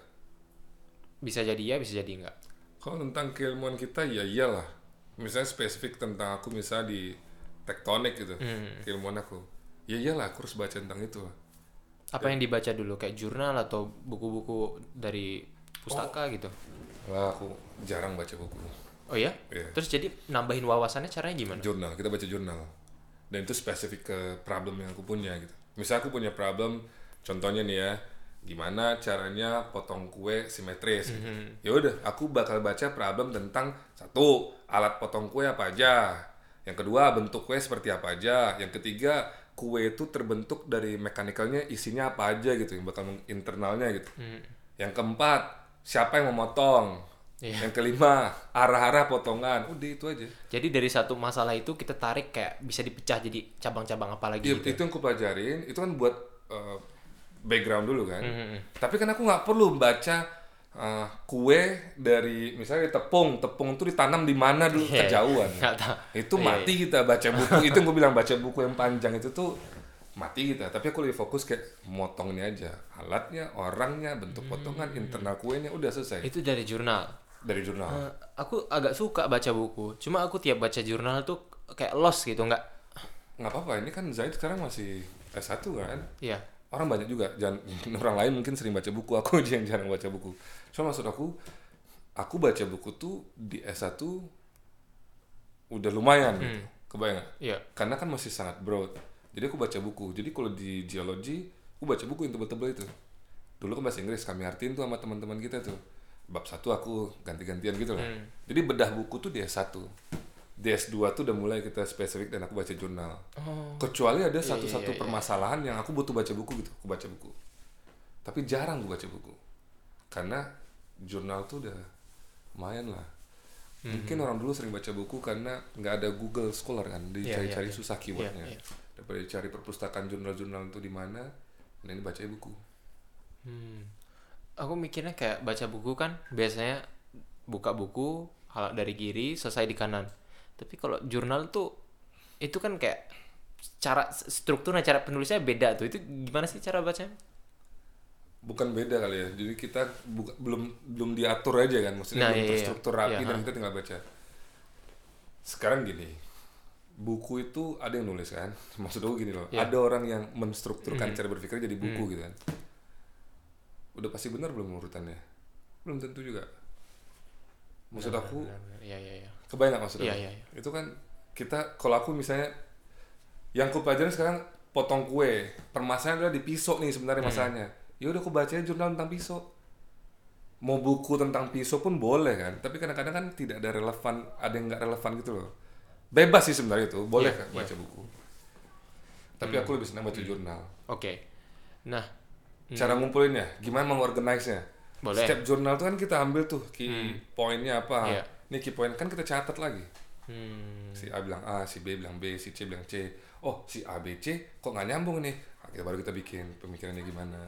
Speaker 1: Bisa jadi ya, bisa jadi enggak.
Speaker 2: Kalau tentang keilmuan kita ya iyalah. Misalnya spesifik tentang aku misalnya di tektonik gitu, keilmuan aku. Ya iyalah aku harus baca tentang itu lah.
Speaker 1: Apa yang dibaca dulu, kayak jurnal atau buku-buku dari pustaka gitu?
Speaker 2: Lah aku jarang baca buku.
Speaker 1: Oh iya?
Speaker 2: Iya.
Speaker 1: Terus jadi nambahin wawasannya caranya gimana?
Speaker 2: Jurnal, kita baca jurnal. Dan itu spesifik ke problem yang aku punya gitu. Misalnya aku punya problem, contohnya nih ya, gimana caranya potong kue simetris gitu. Ya udah, aku bakal baca problem tentang satu, alat potong kue apa aja. Yang kedua, bentuk kue seperti apa aja. Yang ketiga, kue itu terbentuk dari mekanikalnya isinya apa aja gitu, yang bakal internalnya gitu. Yang keempat, siapa yang memotong. Yang kelima, arah-arah potongan. Udah itu aja.
Speaker 1: Jadi dari satu masalah itu kita tarik kayak bisa dipecah jadi cabang-cabang apa lagi gitu.
Speaker 2: Itu yang aku pelajarin, itu kan buat background dulu kan. Tapi kan aku nggak perlu baca kue dari misalnya tepung tuh ditanam di mana dulu, kejauhan. Itu mati kita baca buku. Itu yang gue bilang, baca buku yang panjang itu tuh mati kita. Tapi aku lebih fokus kayak motongnya aja, alatnya, orangnya, bentuk potongan, internal kuenya, udah selesai.
Speaker 1: Itu dari jurnal.
Speaker 2: Dari jurnal.
Speaker 1: Aku agak suka baca buku. Cuma aku tiap baca jurnal tuh kayak lost gitu, nggak?
Speaker 2: Nggak apa-apa, ini kan Zaid sekarang masih S1 kan.
Speaker 1: Iya.
Speaker 2: Orang banyak juga, jangan orang lain mungkin sering baca buku, aku aja yang jarang baca buku. Cuma maksud aku baca buku tuh di S1 udah lumayan gitu. Kebayang nggak?
Speaker 1: Iya.
Speaker 2: Karena kan masih sangat broad. Jadi aku baca buku. Jadi kalau di geology, aku baca buku yang tebel-tebel itu. Dulu kan bahasa Inggris, kami artiin tuh sama teman-teman kita tuh. Bab 1 aku ganti-gantian gitu lah. Jadi bedah buku tuh di S1. Di S2 tuh udah mulai kita spesifik dan aku baca jurnal. Kecuali ada satu-satu permasalahan yang aku butuh baca buku gitu, aku baca buku. Tapi jarang aku baca buku. Karena jurnal tuh udah lumayan lah. Mungkin orang dulu sering baca buku karena nggak ada Google Scholar kan, dicari-cari susah keywordnya. Daripada cari perpustakaan jurnal-jurnal itu di mana, nah ini baca buku.
Speaker 1: Aku mikirnya kayak baca buku kan biasanya buka buku dari kiri selesai di kanan. Tapi kalau jurnal tuh itu kan kayak cara strukturnya, cara penulisnya beda tuh. Itu gimana sih cara bacanya?
Speaker 2: Bukan beda kali ya. Jadi kita belum diatur aja kan, maksudnya belum terstruktur rapi dan kita tinggal baca. Sekarang gini, buku itu ada yang nulis kan. Maksud aku gini loh, ada orang yang menstrukturkan cara berpikir jadi buku gitu kan. Udah pasti benar belum urutannya? Belum tentu juga. Maksud aku, kebayang nggak maksud aku? Itu kan kita, kalau aku misalnya, yang aku pelajarin sekarang potong kue, permasalahan adalah di pisau nih sebenarnya masalahnya. Ya udah aku baca jurnal tentang pisau. Mau buku tentang pisau pun boleh kan, tapi kadang-kadang kan tidak ada relevan, ada yang nggak relevan gitu loh. Bebas sih sebenarnya itu, boleh kan baca buku. Tapi aku lebih senang baca jurnal.
Speaker 1: Oke. Nah,
Speaker 2: cara ngumpulinnya, gimana mengorganize-nya?
Speaker 1: boleh.
Speaker 2: Setiap jurnal tuh kan kita ambil tuh key poinnya apa.
Speaker 1: Iya.
Speaker 2: Ini key point kan kita catat lagi. Si A bilang A, si B bilang B, si C bilang C. Oh, si A, B, C kok nggak nyambung nih? Nah, baru kita bikin pemikirannya gimana.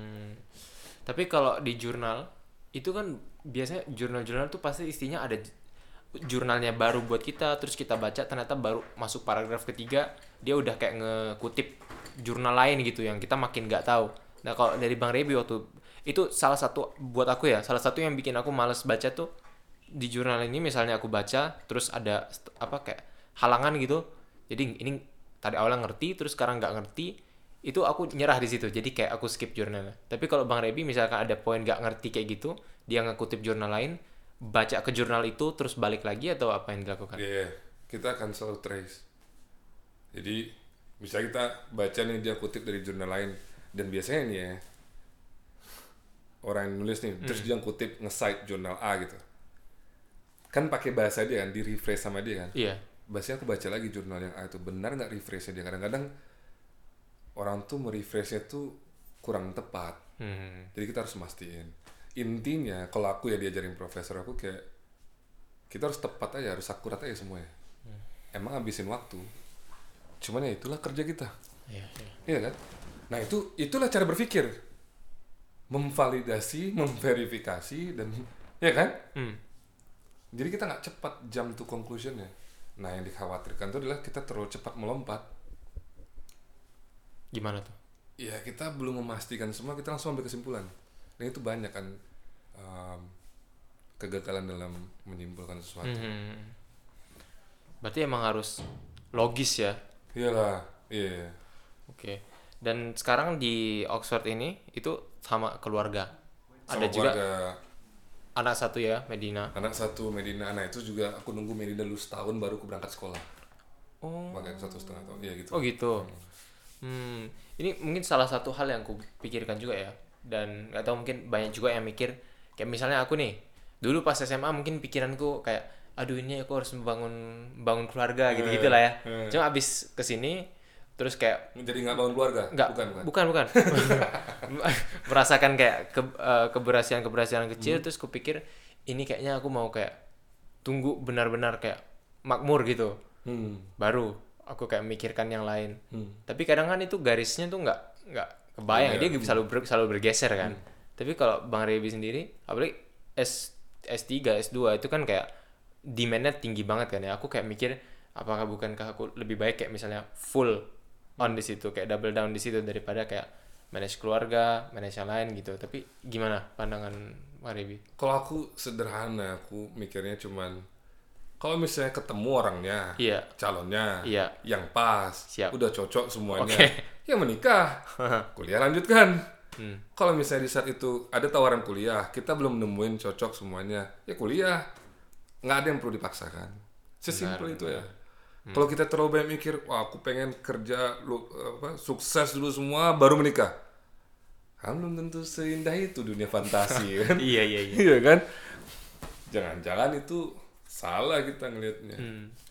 Speaker 1: Tapi kalau di jurnal itu kan biasanya jurnal-jurnal tuh pasti isinya ada jurnalnya baru buat kita, terus kita baca ternyata baru masuk paragraf ketiga dia udah kayak ngekutip jurnal lain gitu yang kita makin nggak tahu. Nah kalau dari Bang Rebi waktu itu salah satu buat aku ya, salah satu yang bikin aku males baca tuh di jurnal ini misalnya aku baca terus ada apa kayak halangan gitu, jadi ini tadi awalnya ngerti terus sekarang nggak ngerti, itu aku nyerah di situ, jadi kayak aku skip jurnalnya. Tapi kalau Bang Rebi misalkan ada poin nggak ngerti kayak gitu, dia ngekutip jurnal lain, baca ke jurnal itu terus balik lagi atau apa yang dilakukan?
Speaker 2: Iya, kita akan selalu trace. Jadi misalnya kita baca nih dia kutip dari jurnal lain, dan biasanya nih ya orang yang nulis nih, terus dia kutip nge-cite jurnal A gitu, kan pakai bahasa dia kan, di refresh sama dia kan.
Speaker 1: Iya.
Speaker 2: Bahasanya aku baca lagi jurnal yang A itu benar nggak refreshnya dia. Kadang-kadang orang tuh merefreshnya tuh kurang tepat. Jadi kita harus mastiin. Intinya kalau aku ya diajarin profesor aku kayak kita harus tepat aja, harus akurat aja semuanya. Emang habisin waktu. Cuman ya itulah kerja kita. Iya kan? Nah itulah cara berpikir. Memvalidasi, memverifikasi dan ya kan? Jadi kita nggak cepat jump to conclusion-nya. Nah yang dikhawatirkan itu adalah kita terlalu cepat melompat.
Speaker 1: Gimana tuh?
Speaker 2: Ya kita belum memastikan semua, kita langsung ambil kesimpulan. Dan itu banyak kan kegagalan dalam menyimpulkan sesuatu.
Speaker 1: Berarti emang harus logis ya?
Speaker 2: Iyalah, iya.
Speaker 1: Oke. Dan sekarang di Oxford ini itu sama keluarga.
Speaker 2: Sama
Speaker 1: ada juga
Speaker 2: keluarga.
Speaker 1: Anak satu ya, Medina.
Speaker 2: Anak satu Medina, anak itu juga aku nunggu Medina dulu setahun baru aku berangkat sekolah.
Speaker 1: Oh.
Speaker 2: Pakai 1,5 tahun, iya gitu.
Speaker 1: Oh gitu. Ini mungkin salah satu hal yang aku pikirkan juga ya. Dan nggak tahu mungkin banyak juga yang mikir kayak misalnya aku nih, dulu pas SMA mungkin pikiranku kayak aduh ini aku harus bangun keluarga gitu-gitu lah ya. Cuma abis kesini terus kayak
Speaker 2: Jadi nggak bangun keluarga?
Speaker 1: Bukan. Merasakan kayak keberhasilan kecil, terus kupikir ini kayaknya aku mau kayak tunggu benar-benar kayak makmur gitu. Baru aku kayak mikirkan yang lain. Tapi kadang kan itu garisnya tuh nggak kebayang, dia selalu bergeser kan. Tapi kalau Bang Rebi sendiri, apalagi S3, S2 itu kan kayak demand-nya tinggi banget kan ya. Aku kayak mikir apakah bukankah aku lebih baik kayak misalnya full on di situ, kayak double down di situ daripada kayak manage keluarga, manage yang lain gitu. Tapi gimana pandangan Bang Rebi?
Speaker 2: Kalau aku sederhana, aku mikirnya cuman kalau misalnya ketemu orangnya,
Speaker 1: Iya.
Speaker 2: calonnya,
Speaker 1: Iya.
Speaker 2: yang pas,
Speaker 1: Siap.
Speaker 2: udah cocok semuanya,
Speaker 1: Oke.
Speaker 2: ya menikah, kuliah lanjutkan.
Speaker 1: Hmm.
Speaker 2: Kalau misalnya di saat itu ada tawaran kuliah, kita belum nemuin cocok semuanya, ya kuliah. Nggak ada yang perlu dipaksakan. Sesimpel itu ya. Kalau kita terlalu banyak mikir, wah aku pengen kerja sukses dulu semua baru menikah. Kan belum tentu seindah itu dunia fantasi kan.
Speaker 1: Iya.
Speaker 2: Iya kan? Jangan-jangan itu salah kita ngelihatnya.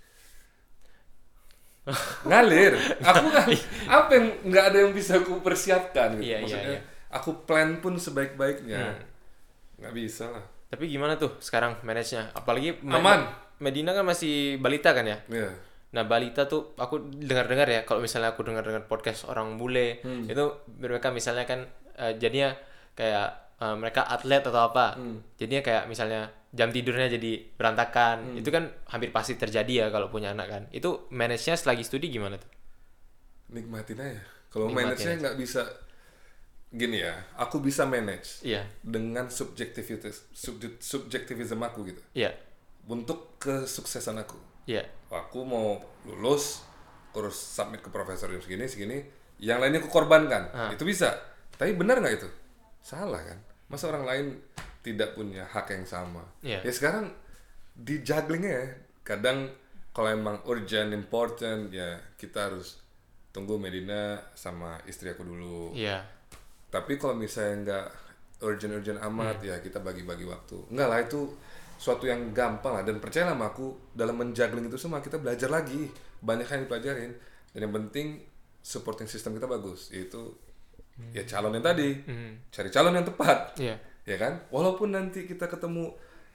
Speaker 2: Ngalir. Aku kan apa yang nggak ada yang bisa aku persiapkan gitu.
Speaker 1: Iya,
Speaker 2: Maksudnya
Speaker 1: iya.
Speaker 2: aku plan pun sebaik-baiknya. Nggak bisa lah.
Speaker 1: Tapi gimana tuh sekarang manage-nya? Apalagi
Speaker 2: Aman.
Speaker 1: Medina kan masih balita kan ya?
Speaker 2: Iya.
Speaker 1: Nah balita tuh aku dengar-dengar ya, kalau misalnya aku dengar podcast orang bule itu mereka misalnya kan jadinya kayak mereka atlet atau apa, jadinya kayak misalnya jam tidurnya jadi berantakan. Itu kan hampir pasti terjadi ya kalau punya anak kan. Itu manage-nya selagi studi gimana tuh?
Speaker 2: Nikmatin aja. Kalau
Speaker 1: Nikmatin
Speaker 2: manage-nya
Speaker 1: aja.
Speaker 2: nggak bisa gini ya. Aku bisa manage
Speaker 1: Iya,
Speaker 2: dengan subjektivisme aku gitu.
Speaker 1: iya,
Speaker 2: Untuk kesuksesan aku.
Speaker 1: iya,
Speaker 2: Aku mau lulus, terus submit ke profesor jam segini, yang lainnya aku korbankan. Itu bisa. Tapi benar nggak itu? Salah kan? Masa orang lain tidak punya hak yang sama?
Speaker 1: Iya.
Speaker 2: Ya sekarang di jugglingnya ya. Kadang kalau emang urgent, important, ya kita harus tunggu Medina sama istri aku dulu.
Speaker 1: iya.
Speaker 2: Tapi kalau misalnya nggak urgent amat, ya kita bagi-bagi waktu. Enggak lah, itu suatu yang gampang lah. Dan percayalah sama aku, dalam menjuggling itu semua kita belajar lagi. Banyak yang dipelajarin. Dan yang penting, supporting system kita bagus. Yaitu, ya calon yang tadi. Cari calon yang tepat.
Speaker 1: Iya.
Speaker 2: Ya kan? Walaupun nanti kita ketemu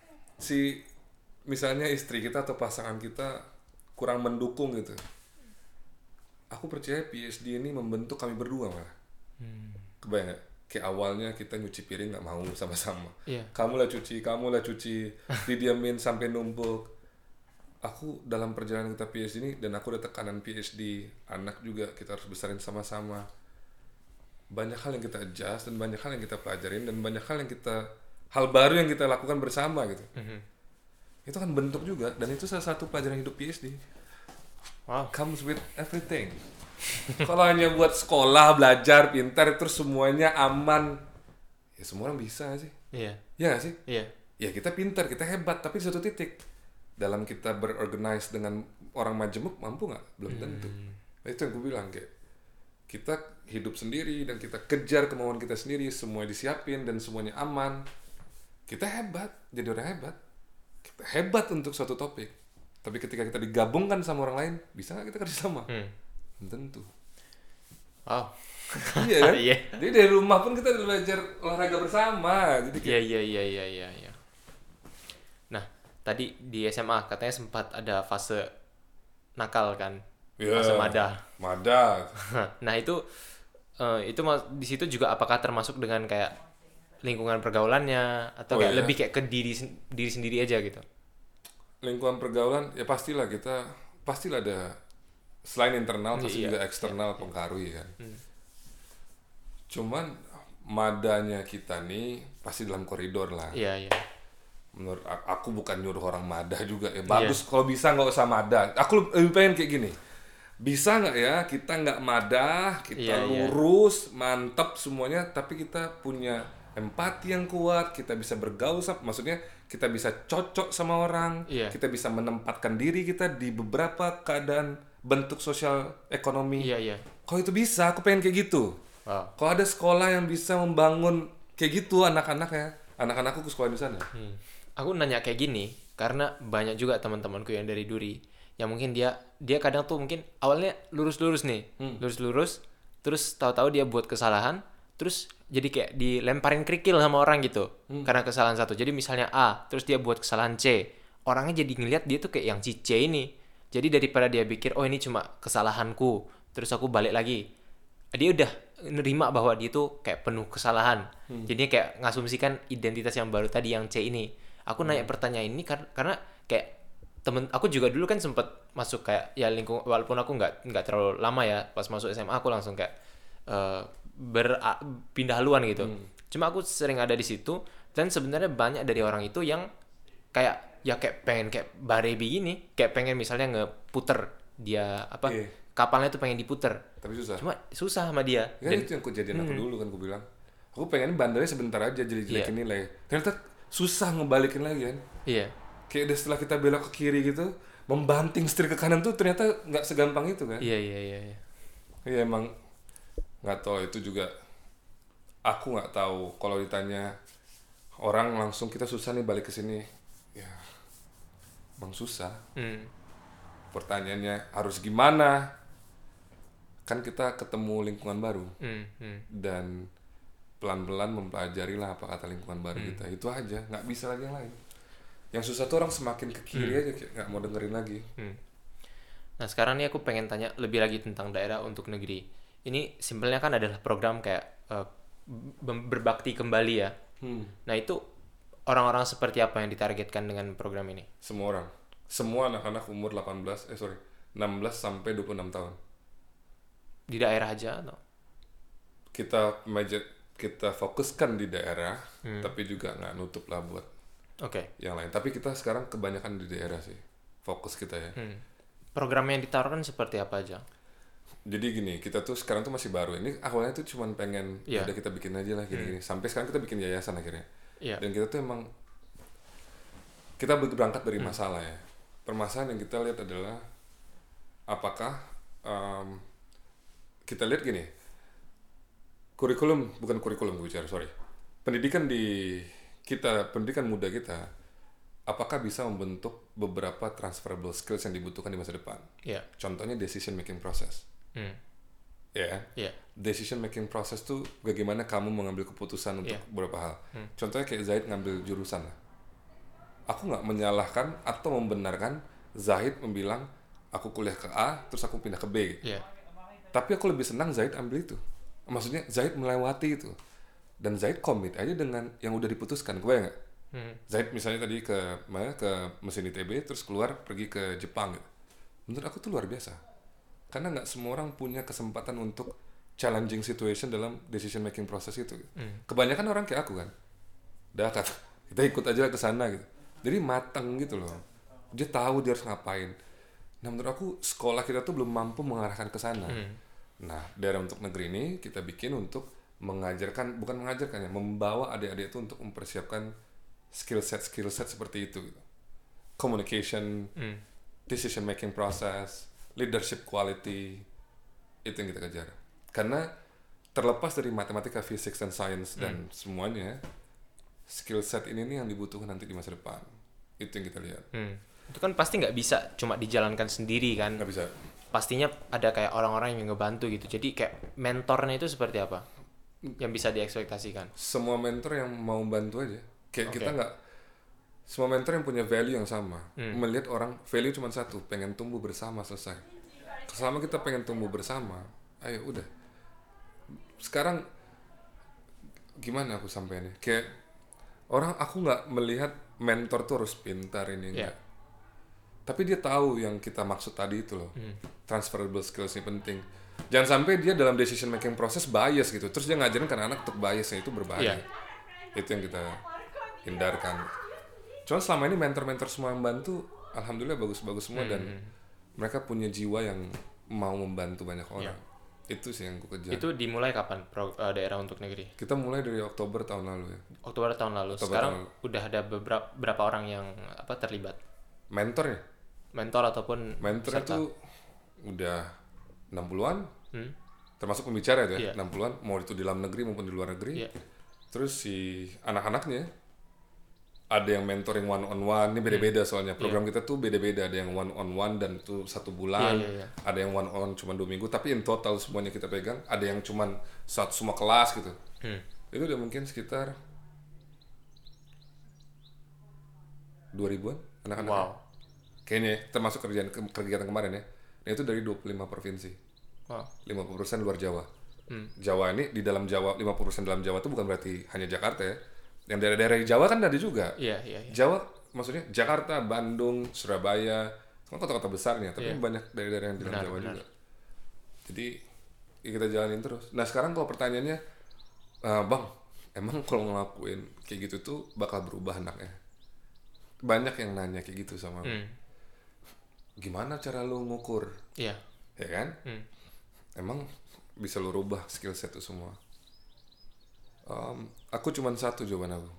Speaker 2: misalnya istri kita atau pasangan kita kurang mendukung gitu. Aku percaya PhD ini membentuk kami berdua malah. Kebayang gak? Kayak awalnya kita nyuci piring gak mau sama-sama.
Speaker 1: Iya.
Speaker 2: Kamu lah cuci, didiamin sampai numpuk. Aku dalam perjalanan kita PhD ini, dan aku ada tekanan PhD, anak juga kita harus besarin sama-sama. Banyak hal yang kita adjust, dan banyak hal yang kita pelajarin, dan banyak hal baru yang kita lakukan bersama gitu. Itu kan bentuk juga, dan itu salah satu pelajaran hidup PhD.
Speaker 1: Wow.
Speaker 2: Comes with everything. Kalau hanya buat sekolah, belajar, pintar, terus semuanya aman, ya semua orang bisa gak sih?
Speaker 1: Iya.
Speaker 2: Ya gak sih?
Speaker 1: Iya.
Speaker 2: Ya kita pintar, kita hebat, tapi di satu titik dalam kita berorganize dengan orang majemuk, mampu gak? Belum tentu. Nah, itu yang gue bilang, kayak kita hidup sendiri dan kita kejar kemauan kita sendiri, semua disiapin dan semuanya aman. Kita hebat, jadi orang hebat. Kita hebat untuk suatu topik. Tapi ketika kita digabungkan sama orang lain, bisa gak kita kerja sama? Tentu.
Speaker 1: Wow.
Speaker 2: Iya kan?
Speaker 1: Iya.
Speaker 2: Jadi dari rumah pun kita belajar olahraga bersama. Jadi kayak
Speaker 1: Iya. Nah, tadi di SMA katanya sempat ada fase nakal kan? Fase madah.
Speaker 2: Madah.
Speaker 1: Nah, itu di situ juga apakah termasuk dengan kayak lingkungan pergaulannya atau kayak lebih kayak ke diri sendiri aja gitu?
Speaker 2: Lingkungan pergaulan ya pastilah ada selain internal pasti juga eksternal pengaruhi kan. Cuman madanya kita nih pasti dalam koridor lah.
Speaker 1: Iya.
Speaker 2: Menurut aku bukan nyuruh orang madah juga ya. Bagus kalau bisa nggak usah madah. Aku lebih pengen kayak gini. Bisa nggak ya kita nggak madah, kita lurus, mantap semuanya, tapi kita punya empati yang kuat, kita bisa bergaul, maksudnya kita bisa cocok sama orang, kita bisa menempatkan diri kita di beberapa keadaan bentuk sosial ekonomi.
Speaker 1: Iya.
Speaker 2: Kalau itu bisa, aku pengen kayak gitu.
Speaker 1: Wow.
Speaker 2: Kalau ada sekolah yang bisa membangun kayak gitu anak-anakku ke sekolah di sana.
Speaker 1: Aku nanya kayak gini karena banyak juga teman-temanku yang dari Duri yang mungkin dia kadang tuh mungkin awalnya lurus-lurus nih, lurus-lurus, terus tahu-tahu dia buat kesalahan, terus jadi kayak dilemparin kerikil sama orang gitu karena kesalahan satu. Jadi misalnya A, terus dia buat kesalahan C, orangnya jadi ngeliat dia tuh kayak yang si C ini. Jadi daripada dia pikir oh ini cuma kesalahanku, terus aku balik lagi, dia udah nerima bahwa dia tuh kayak penuh kesalahan. Jadinya kayak ngasumsikan identitas yang baru tadi yang C ini. Aku nanya pertanyaan ini karena kayak aku juga dulu kan sempet masuk kayak ya walaupun aku nggak terlalu lama ya, pas masuk SMA aku langsung kayak pindah haluan gitu. Cuma aku sering ada di situ dan sebenarnya banyak dari orang itu yang kayak ya kayak pengen kayak Barebi gini, kayak pengen misalnya ngeputer dia apa kapalnya tuh pengen diputer.
Speaker 2: Tapi susah.
Speaker 1: Cuma susah sama dia.
Speaker 2: Ya, dan itu yang kejadian aku dulu kan, aku bilang aku pengen bandarnya sebentar aja jelek-jelekin nilai. Ternyata susah ngebalikin lagi kan.
Speaker 1: Iya.
Speaker 2: Kayak udah setelah kita belok ke kiri gitu, membanting setir ke kanan tuh ternyata nggak segampang itu kan.
Speaker 1: Iya.
Speaker 2: Iya emang nggak tahu, itu juga aku nggak tahu. Kalau ditanya orang langsung kita susah nih balik ke sini, ya bang susah. Pertanyaannya harus gimana? Kan kita ketemu lingkungan baru dan pelan-pelan mempelajari lah apa kata lingkungan baru kita. Itu aja, nggak bisa lagi yang lain. Yang susah tuh orang semakin ke kiri aja kayak nggak mau dengerin lagi.
Speaker 1: Nah sekarang nih aku pengen tanya lebih lagi tentang daerah untuk negeri. Ini simpelnya kan adalah program kayak berbakti kembali ya. Nah itu orang-orang seperti apa yang ditargetkan dengan program ini?
Speaker 2: Semua orang, semua anak-anak umur 16 sampai 26 tahun.
Speaker 1: Di daerah aja atau?
Speaker 2: Kita fokuskan di daerah, tapi juga nggak nutup lah buat yang lain. Tapi kita sekarang kebanyakan di daerah sih, fokus kita ya.
Speaker 1: Program yang ditawarkan seperti apa aja?
Speaker 2: Jadi gini, kita tuh sekarang tuh masih baru. Ini awalnya tuh cuman pengen, udah kita bikin aja lah gini-gini. Sampai sekarang kita bikin yayasan akhirnya. Dan kita tuh emang, kita berangkat dari masalah ya. Permasalahan yang kita lihat adalah, apakah kita lihat gini, pendidikan pendidikan muda kita, apakah bisa membentuk beberapa transferable skills yang dibutuhkan di masa depan? Contohnya decision making process. Decision making process tuh bagaimana kamu mengambil keputusan untuk beberapa hal. Contohnya kayak Zahid ngambil jurusan lah. Aku nggak menyalahkan atau membenarkan Zahid membilang aku kuliah ke A terus aku pindah ke B. Tapi aku lebih senang Zahid ambil itu. Maksudnya Zahid melewati itu. Dan Zahid komit aja dengan yang udah diputuskan. Kebayang nggak? Zahid misalnya tadi ke mesin ITB terus keluar pergi ke Jepang gitu. Menurut aku tuh luar biasa. Karena nggak semua orang punya kesempatan untuk challenging situation dalam decision making process itu. Kebanyakan orang kayak aku kan. Kita ikut aja ke sana gitu. Jadi matang gitu loh. Dia tahu dia harus ngapain. Nah menurut aku sekolah kita tuh belum mampu mengarahkan ke sana. Nah daerah untuk negeri ini kita bikin untuk bukan mengajarkan ya, membawa adik-adik itu untuk mempersiapkan skill set seperti itu gitu. Communication, decision making process, leadership quality, itu yang kita kejar. Karena terlepas dari matematika, fisik, dan science dan semuanya, skill set ini nih yang dibutuhkan nanti di masa depan. Itu yang kita lihat.
Speaker 1: Itu kan pasti nggak bisa cuma dijalankan sendiri kan?
Speaker 2: Nggak bisa.
Speaker 1: Pastinya ada kayak orang-orang yang ngebantu gitu. Jadi kayak mentornya itu seperti apa? Yang bisa diekspektasikan?
Speaker 2: Semua mentor yang mau bantu aja. Kayak kita nggak, semua mentor yang punya value yang sama. Melihat orang, value cuma satu, pengen tumbuh bersama, selesai. Selama kita pengen tumbuh bersama, ayo udah. Sekarang gimana aku sampainya? Kayak orang, aku nggak melihat mentor tuh harus pintar ini enggak. Tapi dia tahu yang kita maksud tadi itu loh. Transferable skills ini penting. Jangan sampai dia dalam decision making proses bias gitu. Terus dia ngajarin ke anak untuk biasnya, itu berbahaya. Itu yang kita hindarkan. Cuma selama ini mentor-mentor semua yang bantu, alhamdulillah bagus-bagus semua dan mereka punya jiwa yang mau membantu banyak orang. Itu sih yang aku kejar.
Speaker 1: Itu dimulai kapan daerah untuk negeri?
Speaker 2: Kita mulai dari Oktober tahun lalu ya.
Speaker 1: Oktober tahun lalu. Sekarang udah ada berapa orang yang terlibat?
Speaker 2: Mentornya?
Speaker 1: Mentor ataupun
Speaker 2: mentor itu udah 60-an. Termasuk pembicara itu ya, 60-an, mau itu di dalam negeri maupun di luar negeri. Terus si anak-anaknya ada yang mentoring one on one, ini beda-beda soalnya. Program kita tuh beda-beda, ada yang one on one dan itu 1 bulan, ada yang one on cuma 2 minggu, tapi in total semuanya kita pegang, ada yang cuma semua kelas gitu. Itu udah mungkin sekitar 2000-an anak-anak.
Speaker 1: Wow.
Speaker 2: Kayaknya termasuk kegiatan kemarin ya. Nah, itu dari 25 provinsi. 50% luar Jawa. Jawa ini di dalam Jawa, 50% dalam Jawa itu bukan berarti hanya Jakarta ya. Yang daerah-daerah di Jawa kan ada juga.
Speaker 1: Iya.
Speaker 2: Jawa maksudnya Jakarta, Bandung, Surabaya, kan kota-kota besarnya, tapi banyak daerah-daerah yang di dalam Jawa juga. Jadi ya kita jalanin terus. Nah sekarang kalau pertanyaannya, Bang, emang kalau ngelakuin kayak gitu tuh bakal berubah anaknya? Banyak yang nanya kayak gitu sama aku. Gimana cara lu ngukur?
Speaker 1: Iya.
Speaker 2: Ya kan? Emang bisa lu rubah skill set itu semua? Aku cuman satu jawaban aku.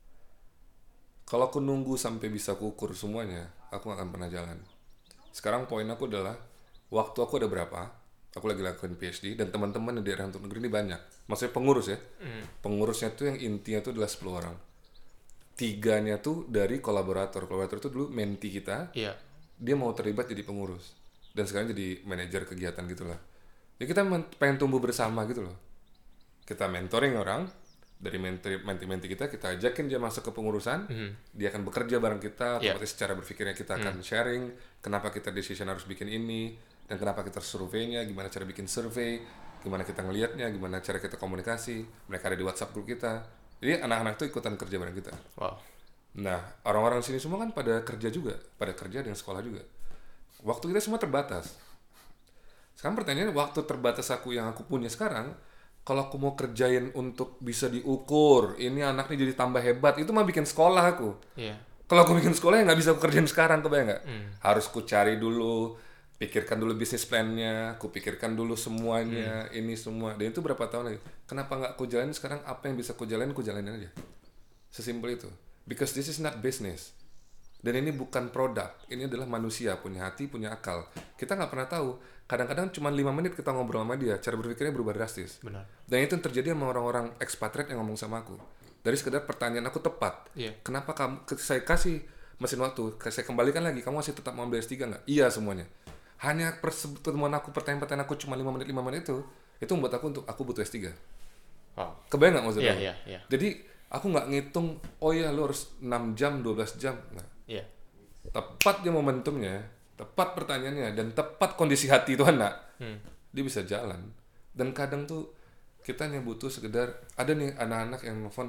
Speaker 2: Kalau aku nunggu sampai bisa kukur semuanya, aku gak akan pernah jalan. Sekarang poin aku adalah, waktu aku ada berapa, aku lagi lakukan PhD, dan teman-teman di daerah untuk negeri ini banyak. Maksudnya pengurus ya. Pengurusnya tuh yang intinya tuh adalah 10 orang. 3-nya tuh dari kolaborator. Kolaborator itu dulu menti kita.
Speaker 1: Iya.
Speaker 2: Dia mau terlibat jadi pengurus. Dan sekarang jadi manajer kegiatan gitulah. Ya kita pengen tumbuh bersama gitu loh. Kita mentoring orang. Dari menti-menti kita ajakin dia masuk ke pengurusan. Dia akan bekerja bareng kita. Otomatis secara berpikirnya kita akan sharing. Kenapa kita decision harus bikin ini. Dan kenapa kita surveinya. Gimana cara bikin survei. Gimana kita ngelihatnya. Gimana cara kita komunikasi. Mereka ada di WhatsApp grup kita. Jadi anak-anak itu ikutan kerja bareng kita.
Speaker 1: Wow.
Speaker 2: Nah, orang-orang sini semua kan pada kerja juga, pada kerja dan sekolah juga. Waktu kita semua terbatas. Sekarang pertanyaannya, waktu terbatas yang aku punya sekarang, kalau aku mau kerjain untuk bisa diukur, ini anaknya jadi tambah hebat, itu mah bikin sekolah aku.
Speaker 1: Iya.
Speaker 2: Kalau aku bikin sekolah ya nggak bisa aku kerjain sekarang, kebayang nggak? Harus ku cari dulu, pikirkan dulu bisnis plan-nya, ku pikirkan dulu semuanya, ini semua. Dan itu berapa tahun lagi? Kenapa nggak ku jalanin sekarang? Apa yang bisa ku jalanin aja. Sesimpel itu. Because this is not business. Dan ini bukan produk. Ini adalah manusia, punya hati, punya akal. Kita nggak pernah tahu. Kadang-kadang cuma 5 menit kita ngobrol sama dia, cara berpikirnya berubah drastis.
Speaker 1: Benar.
Speaker 2: Dan itu yang terjadi sama orang-orang expatriate yang ngomong sama aku. Dari sekedar pertanyaan aku tepat.
Speaker 1: Iya.
Speaker 2: Kenapa saya kasih mesin waktu, saya kembalikan lagi, kamu masih tetap mau ambil S3 nggak? Iya semuanya. Hanya pertemuan aku, pertanyaan-pertanyaan aku cuma 5 menit itu membuat aku butuh S3.
Speaker 1: Wow.
Speaker 2: Kebayang nggak maksudnya?
Speaker 1: Iya.
Speaker 2: Jadi aku nggak ngitung, oh iya lu harus 6 jam, 12 jam. Nah,
Speaker 1: Iya.
Speaker 2: tepat dia momentumnya, tepat pertanyaannya, dan tepat kondisi hati itu anak, dia bisa jalan. Dan kadang tuh kita hanya butuh sekedar, ada nih anak-anak yang nelfon,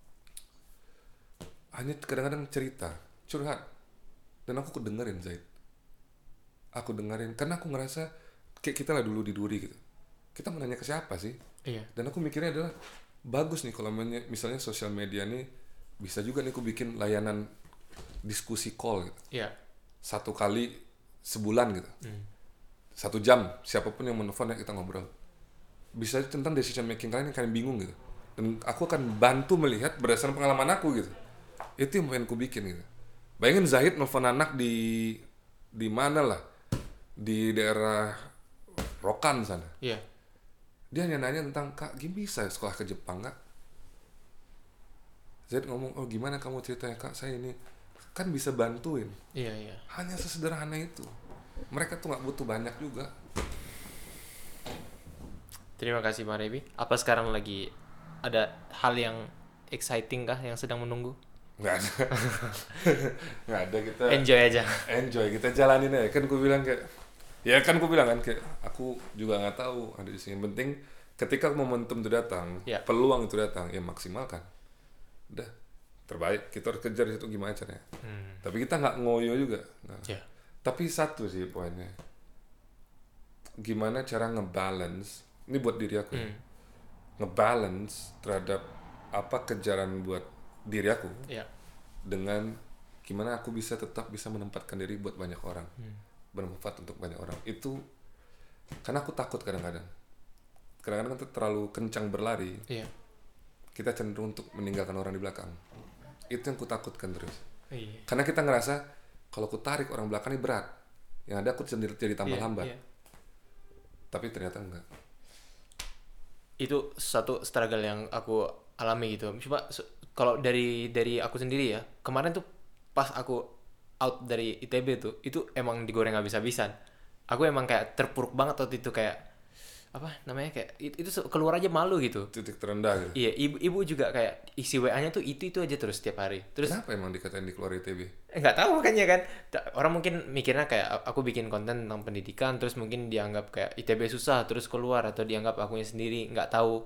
Speaker 2: hanya kadang-kadang cerita, curhat, dan aku dengerin Zaid. Aku dengerin, karena aku ngerasa kayak kita lah dulu di Duri gitu. Kita mau nanya ke siapa sih?
Speaker 1: Iya.
Speaker 2: Dan aku mikirnya adalah, bagus nih kalau misalnya sosial media nih, bisa juga nih aku bikin layanan diskusi call gitu.
Speaker 1: Iya.
Speaker 2: 1 kali sebulan gitu. 1 jam, siapapun yang menelpon ya kita ngobrol. Bisa tentang decision making kalian yang kalian bingung gitu. Dan aku akan bantu melihat berdasarkan pengalaman aku gitu. Itu yang pengen aku bikin gitu. Bayangin Zahid nelfon anak di mana lah, di daerah Rokan sana.
Speaker 1: Iya.
Speaker 2: Dia hanya nanya tentang, Kak, gimana bisa sekolah ke Jepang, Kak? Zahid ngomong, oh gimana kamu ceritanya, Kak, saya ini kan bisa bantuin.
Speaker 1: Iya.
Speaker 2: Hanya sesederhana itu. Mereka tuh nggak butuh banyak juga.
Speaker 1: Terima kasih Bang Rebi. Apa sekarang lagi ada hal yang exciting kah yang sedang menunggu?
Speaker 2: Nggak ada. Nggak ada, kita
Speaker 1: Enjoy aja.
Speaker 2: enjoy, kita jalanin aja. Kan gue bilang kayak, ya kan gue bilang kan kayak, aku juga nggak tahu ada di sini. Yang penting ketika momentum itu datang, peluang itu datang, ya maksimalkan. Udah, terbaik. Kita harus kejar itu gimana caranya. Tapi kita nggak ngoyo juga. Nah. Tapi satu sih poinnya, gimana cara ngebalance. Ini buat diri aku. Ngebalance terhadap apa kejaran buat diri aku. Dengan gimana aku bisa tetap bisa menempatkan diri buat banyak orang. Bermanfaat untuk banyak orang. Itu karena aku takut kadang-kadang kan terlalu kencang berlari. Kita cenderung untuk meninggalkan orang di belakang. Itu yang aku takutkan terus. Karena kita ngerasa kalau aku tarik orang belakang ini berat. Yang ada aku sendiri jadi tambah lambat. Tapi ternyata enggak.
Speaker 1: Itu satu struggle yang aku alami gitu. Coba kalau dari aku sendiri ya, kemarin tuh pas aku out dari ITB tuh, itu emang digoreng habis-habisan. Aku emang kayak terpuruk banget waktu itu, kayak apa namanya, kayak itu keluar aja malu gitu.
Speaker 2: Titik terendah gitu.
Speaker 1: Iya, ibu juga kayak isi WA-nya tuh itu aja terus setiap hari. Terus
Speaker 2: kenapa emang dikatain dikeluar ITB?
Speaker 1: Nggak tahu makanya kan. Orang mungkin mikirnya kayak aku bikin konten tentang pendidikan, terus mungkin dianggap kayak ITB susah terus keluar, atau dianggap akunya sendiri nggak tahu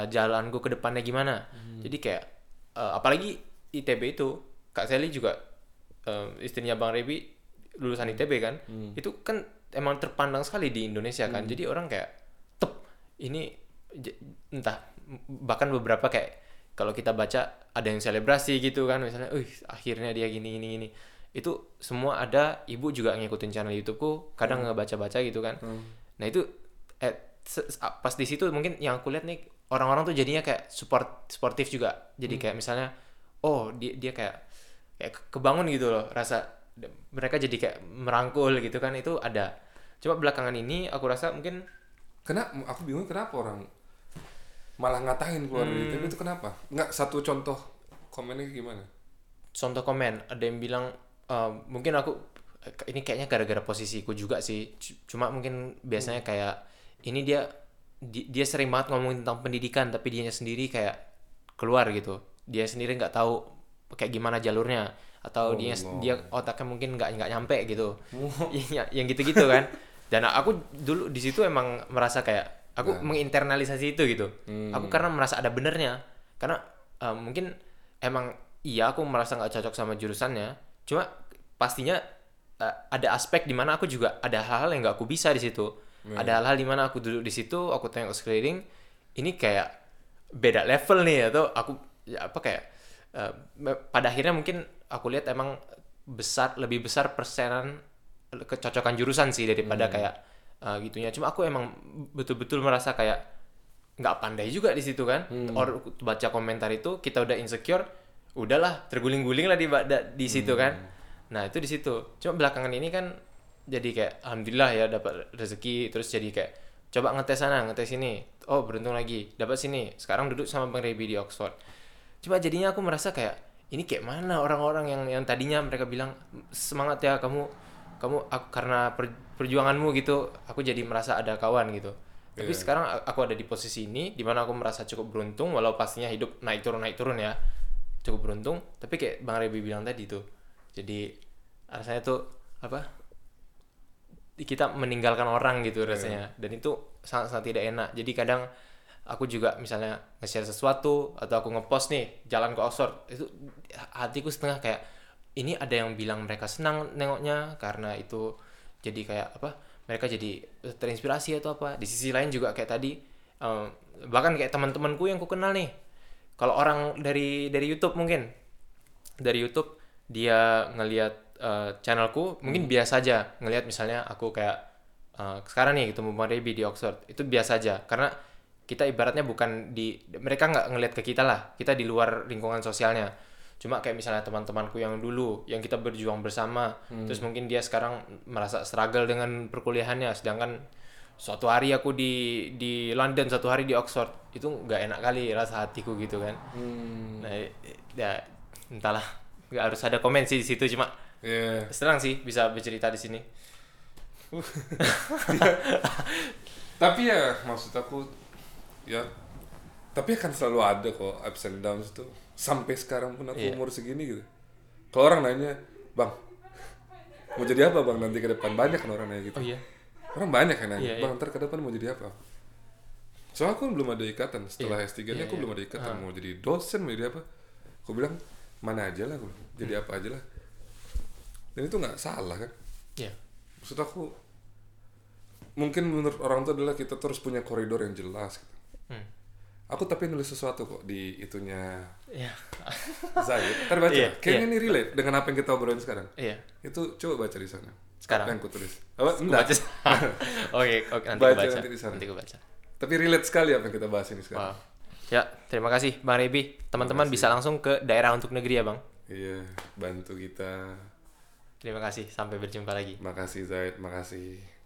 Speaker 1: jalanku ke depannya gimana. Jadi kayak apalagi ITB itu Kak Sally juga istrinya Bang Rebi lulusan ITB kan, itu kan emang terpandang sekali di Indonesia kan. Jadi orang kayak tep ini entah, bahkan beberapa kayak kalau kita baca ada yang selebrasi gitu kan, misalnya akhirnya dia gini, itu semua ada. Ibu juga ngikutin channel YouTubeku, kadang ngebaca-baca gitu kan. Nah itu pas di situ mungkin yang aku lihat nih, orang-orang tuh jadinya kayak sportif juga. Jadi kayak misalnya dia kayak kebangun gitu loh, rasa mereka jadi kayak merangkul gitu kan, itu ada. Coba belakangan ini aku rasa mungkin
Speaker 2: aku bingung kenapa orang malah ngatain keluar dari ITB itu kenapa? Nggak satu contoh komennya gimana?
Speaker 1: Contoh komen, ada yang bilang mungkin aku ini kayaknya gara-gara posisiku juga sih. Cuma mungkin biasanya kayak ini dia sering banget ngomongin tentang pendidikan, tapi dianya sendiri kayak keluar gitu. Dia sendiri nggak tahu kayak gimana jalurnya, atau dia otaknya mungkin nggak nyampe gitu. Yang gitu-gitu kan. Dan aku dulu di situ emang merasa kayak aku menginternalisasi itu gitu. Aku karena merasa ada benernya. Karena mungkin emang iya aku merasa nggak cocok sama jurusannya. Cuma pastinya ada aspek di mana aku juga ada hal-hal yang nggak aku bisa di situ. Ada hal-hal di mana aku duduk di situ, aku tengok sekeliling, ini kayak beda level nih, atau aku pada akhirnya mungkin aku lihat emang lebih besar persenan kecocokan jurusan sih daripada kayak gitunya. Cuma aku emang betul-betul merasa kayak nggak pandai juga di situ kan. Or baca komentar itu kita udah insecure, udahlah terguling-guling lah di situ kan. Nah itu di situ. Cuma belakangan ini kan jadi kayak alhamdulillah ya dapat rezeki, terus jadi kayak coba ngetes sana ngetes sini, beruntung lagi dapat sini, sekarang duduk sama Bang Rebi di Oxford. Cuma jadinya aku merasa kayak ini kayak mana orang-orang yang tadinya mereka bilang semangat ya kamu aku, karena perjuanganmu gitu, aku jadi merasa ada kawan gitu. Tapi sekarang aku ada di posisi ini di mana aku merasa cukup beruntung, walau pastinya hidup naik turun ya, cukup beruntung. Tapi kayak Bang Rebi bilang tadi tuh, jadi rasanya tuh kita meninggalkan orang gitu rasanya. Dan itu sangat-sangat tidak enak. Jadi kadang aku juga misalnya nge-share sesuatu atau aku nge-post nih jalan ke Oxford, itu hatiku setengah kayak ini ada yang bilang mereka senang nengoknya karena itu jadi kayak mereka jadi terinspirasi atau apa. Di sisi lain juga kayak tadi bahkan kayak teman-temanku yang ku kenal nih, kalau orang dari YouTube mungkin dari YouTube dia ngelihat channelku mungkin biasa aja, ngelihat misalnya aku kayak sekarang nih ketemu Bang Rebi di Oxford, itu biasa aja karena kita ibaratnya bukan mereka nggak ngelihat ke kita lah, kita di luar lingkungan sosialnya. Cuma kayak misalnya teman-temanku yang dulu yang kita berjuang bersama, terus mungkin dia sekarang merasa struggle dengan perkuliahannya, sedangkan suatu hari aku di London, satu hari di Oxford, itu nggak enak kali rasa hatiku gitu kan. Nah ya entahlah, nggak harus ada komen sih di situ, cuma senang sih bisa bercerita di sini.
Speaker 2: Tapi ya maksud aku ya, tapi akan selalu ada kok ups and downs itu. Sampai sekarang pun aku umur segini gitu, kalau orang nanya, Bang mau jadi apa Bang nanti ke depan, banyak kan orang nanya gitu. Orang banyak yang nanya, Bang ntar ke depan mau jadi apa. Soalnya aku belum ada ikatan setelah S3 ini, aku belum ada ikatan mau jadi dosen, mau jadi apa. Aku bilang mana aja lah, jadi apa aja lah. Dan itu nggak salah kan. Maksud aku mungkin menurut orang itu adalah kita terus punya koridor yang jelas gitu. Aku tapi nulis sesuatu kok di itunya Zaid. Ntar baca. Kayaknya ini relate dengan apa yang kita obrolin sekarang. Itu coba baca di sana.
Speaker 1: Sekarang?
Speaker 2: Apa yang aku tulis? Enggak.
Speaker 1: Oke, nanti
Speaker 2: baca
Speaker 1: aku baca.
Speaker 2: nanti di sana.
Speaker 1: Nanti aku baca.
Speaker 2: Tapi relate sekali apa yang kita bahas ini sekarang.
Speaker 1: Wow. Ya, terima kasih Bang Rebi. Teman-teman bisa langsung ke daerah untuk negeri ya Bang.
Speaker 2: Iya, bantu kita.
Speaker 1: Terima kasih. Sampai berjumpa lagi.
Speaker 2: Makasih Zaid, makasih.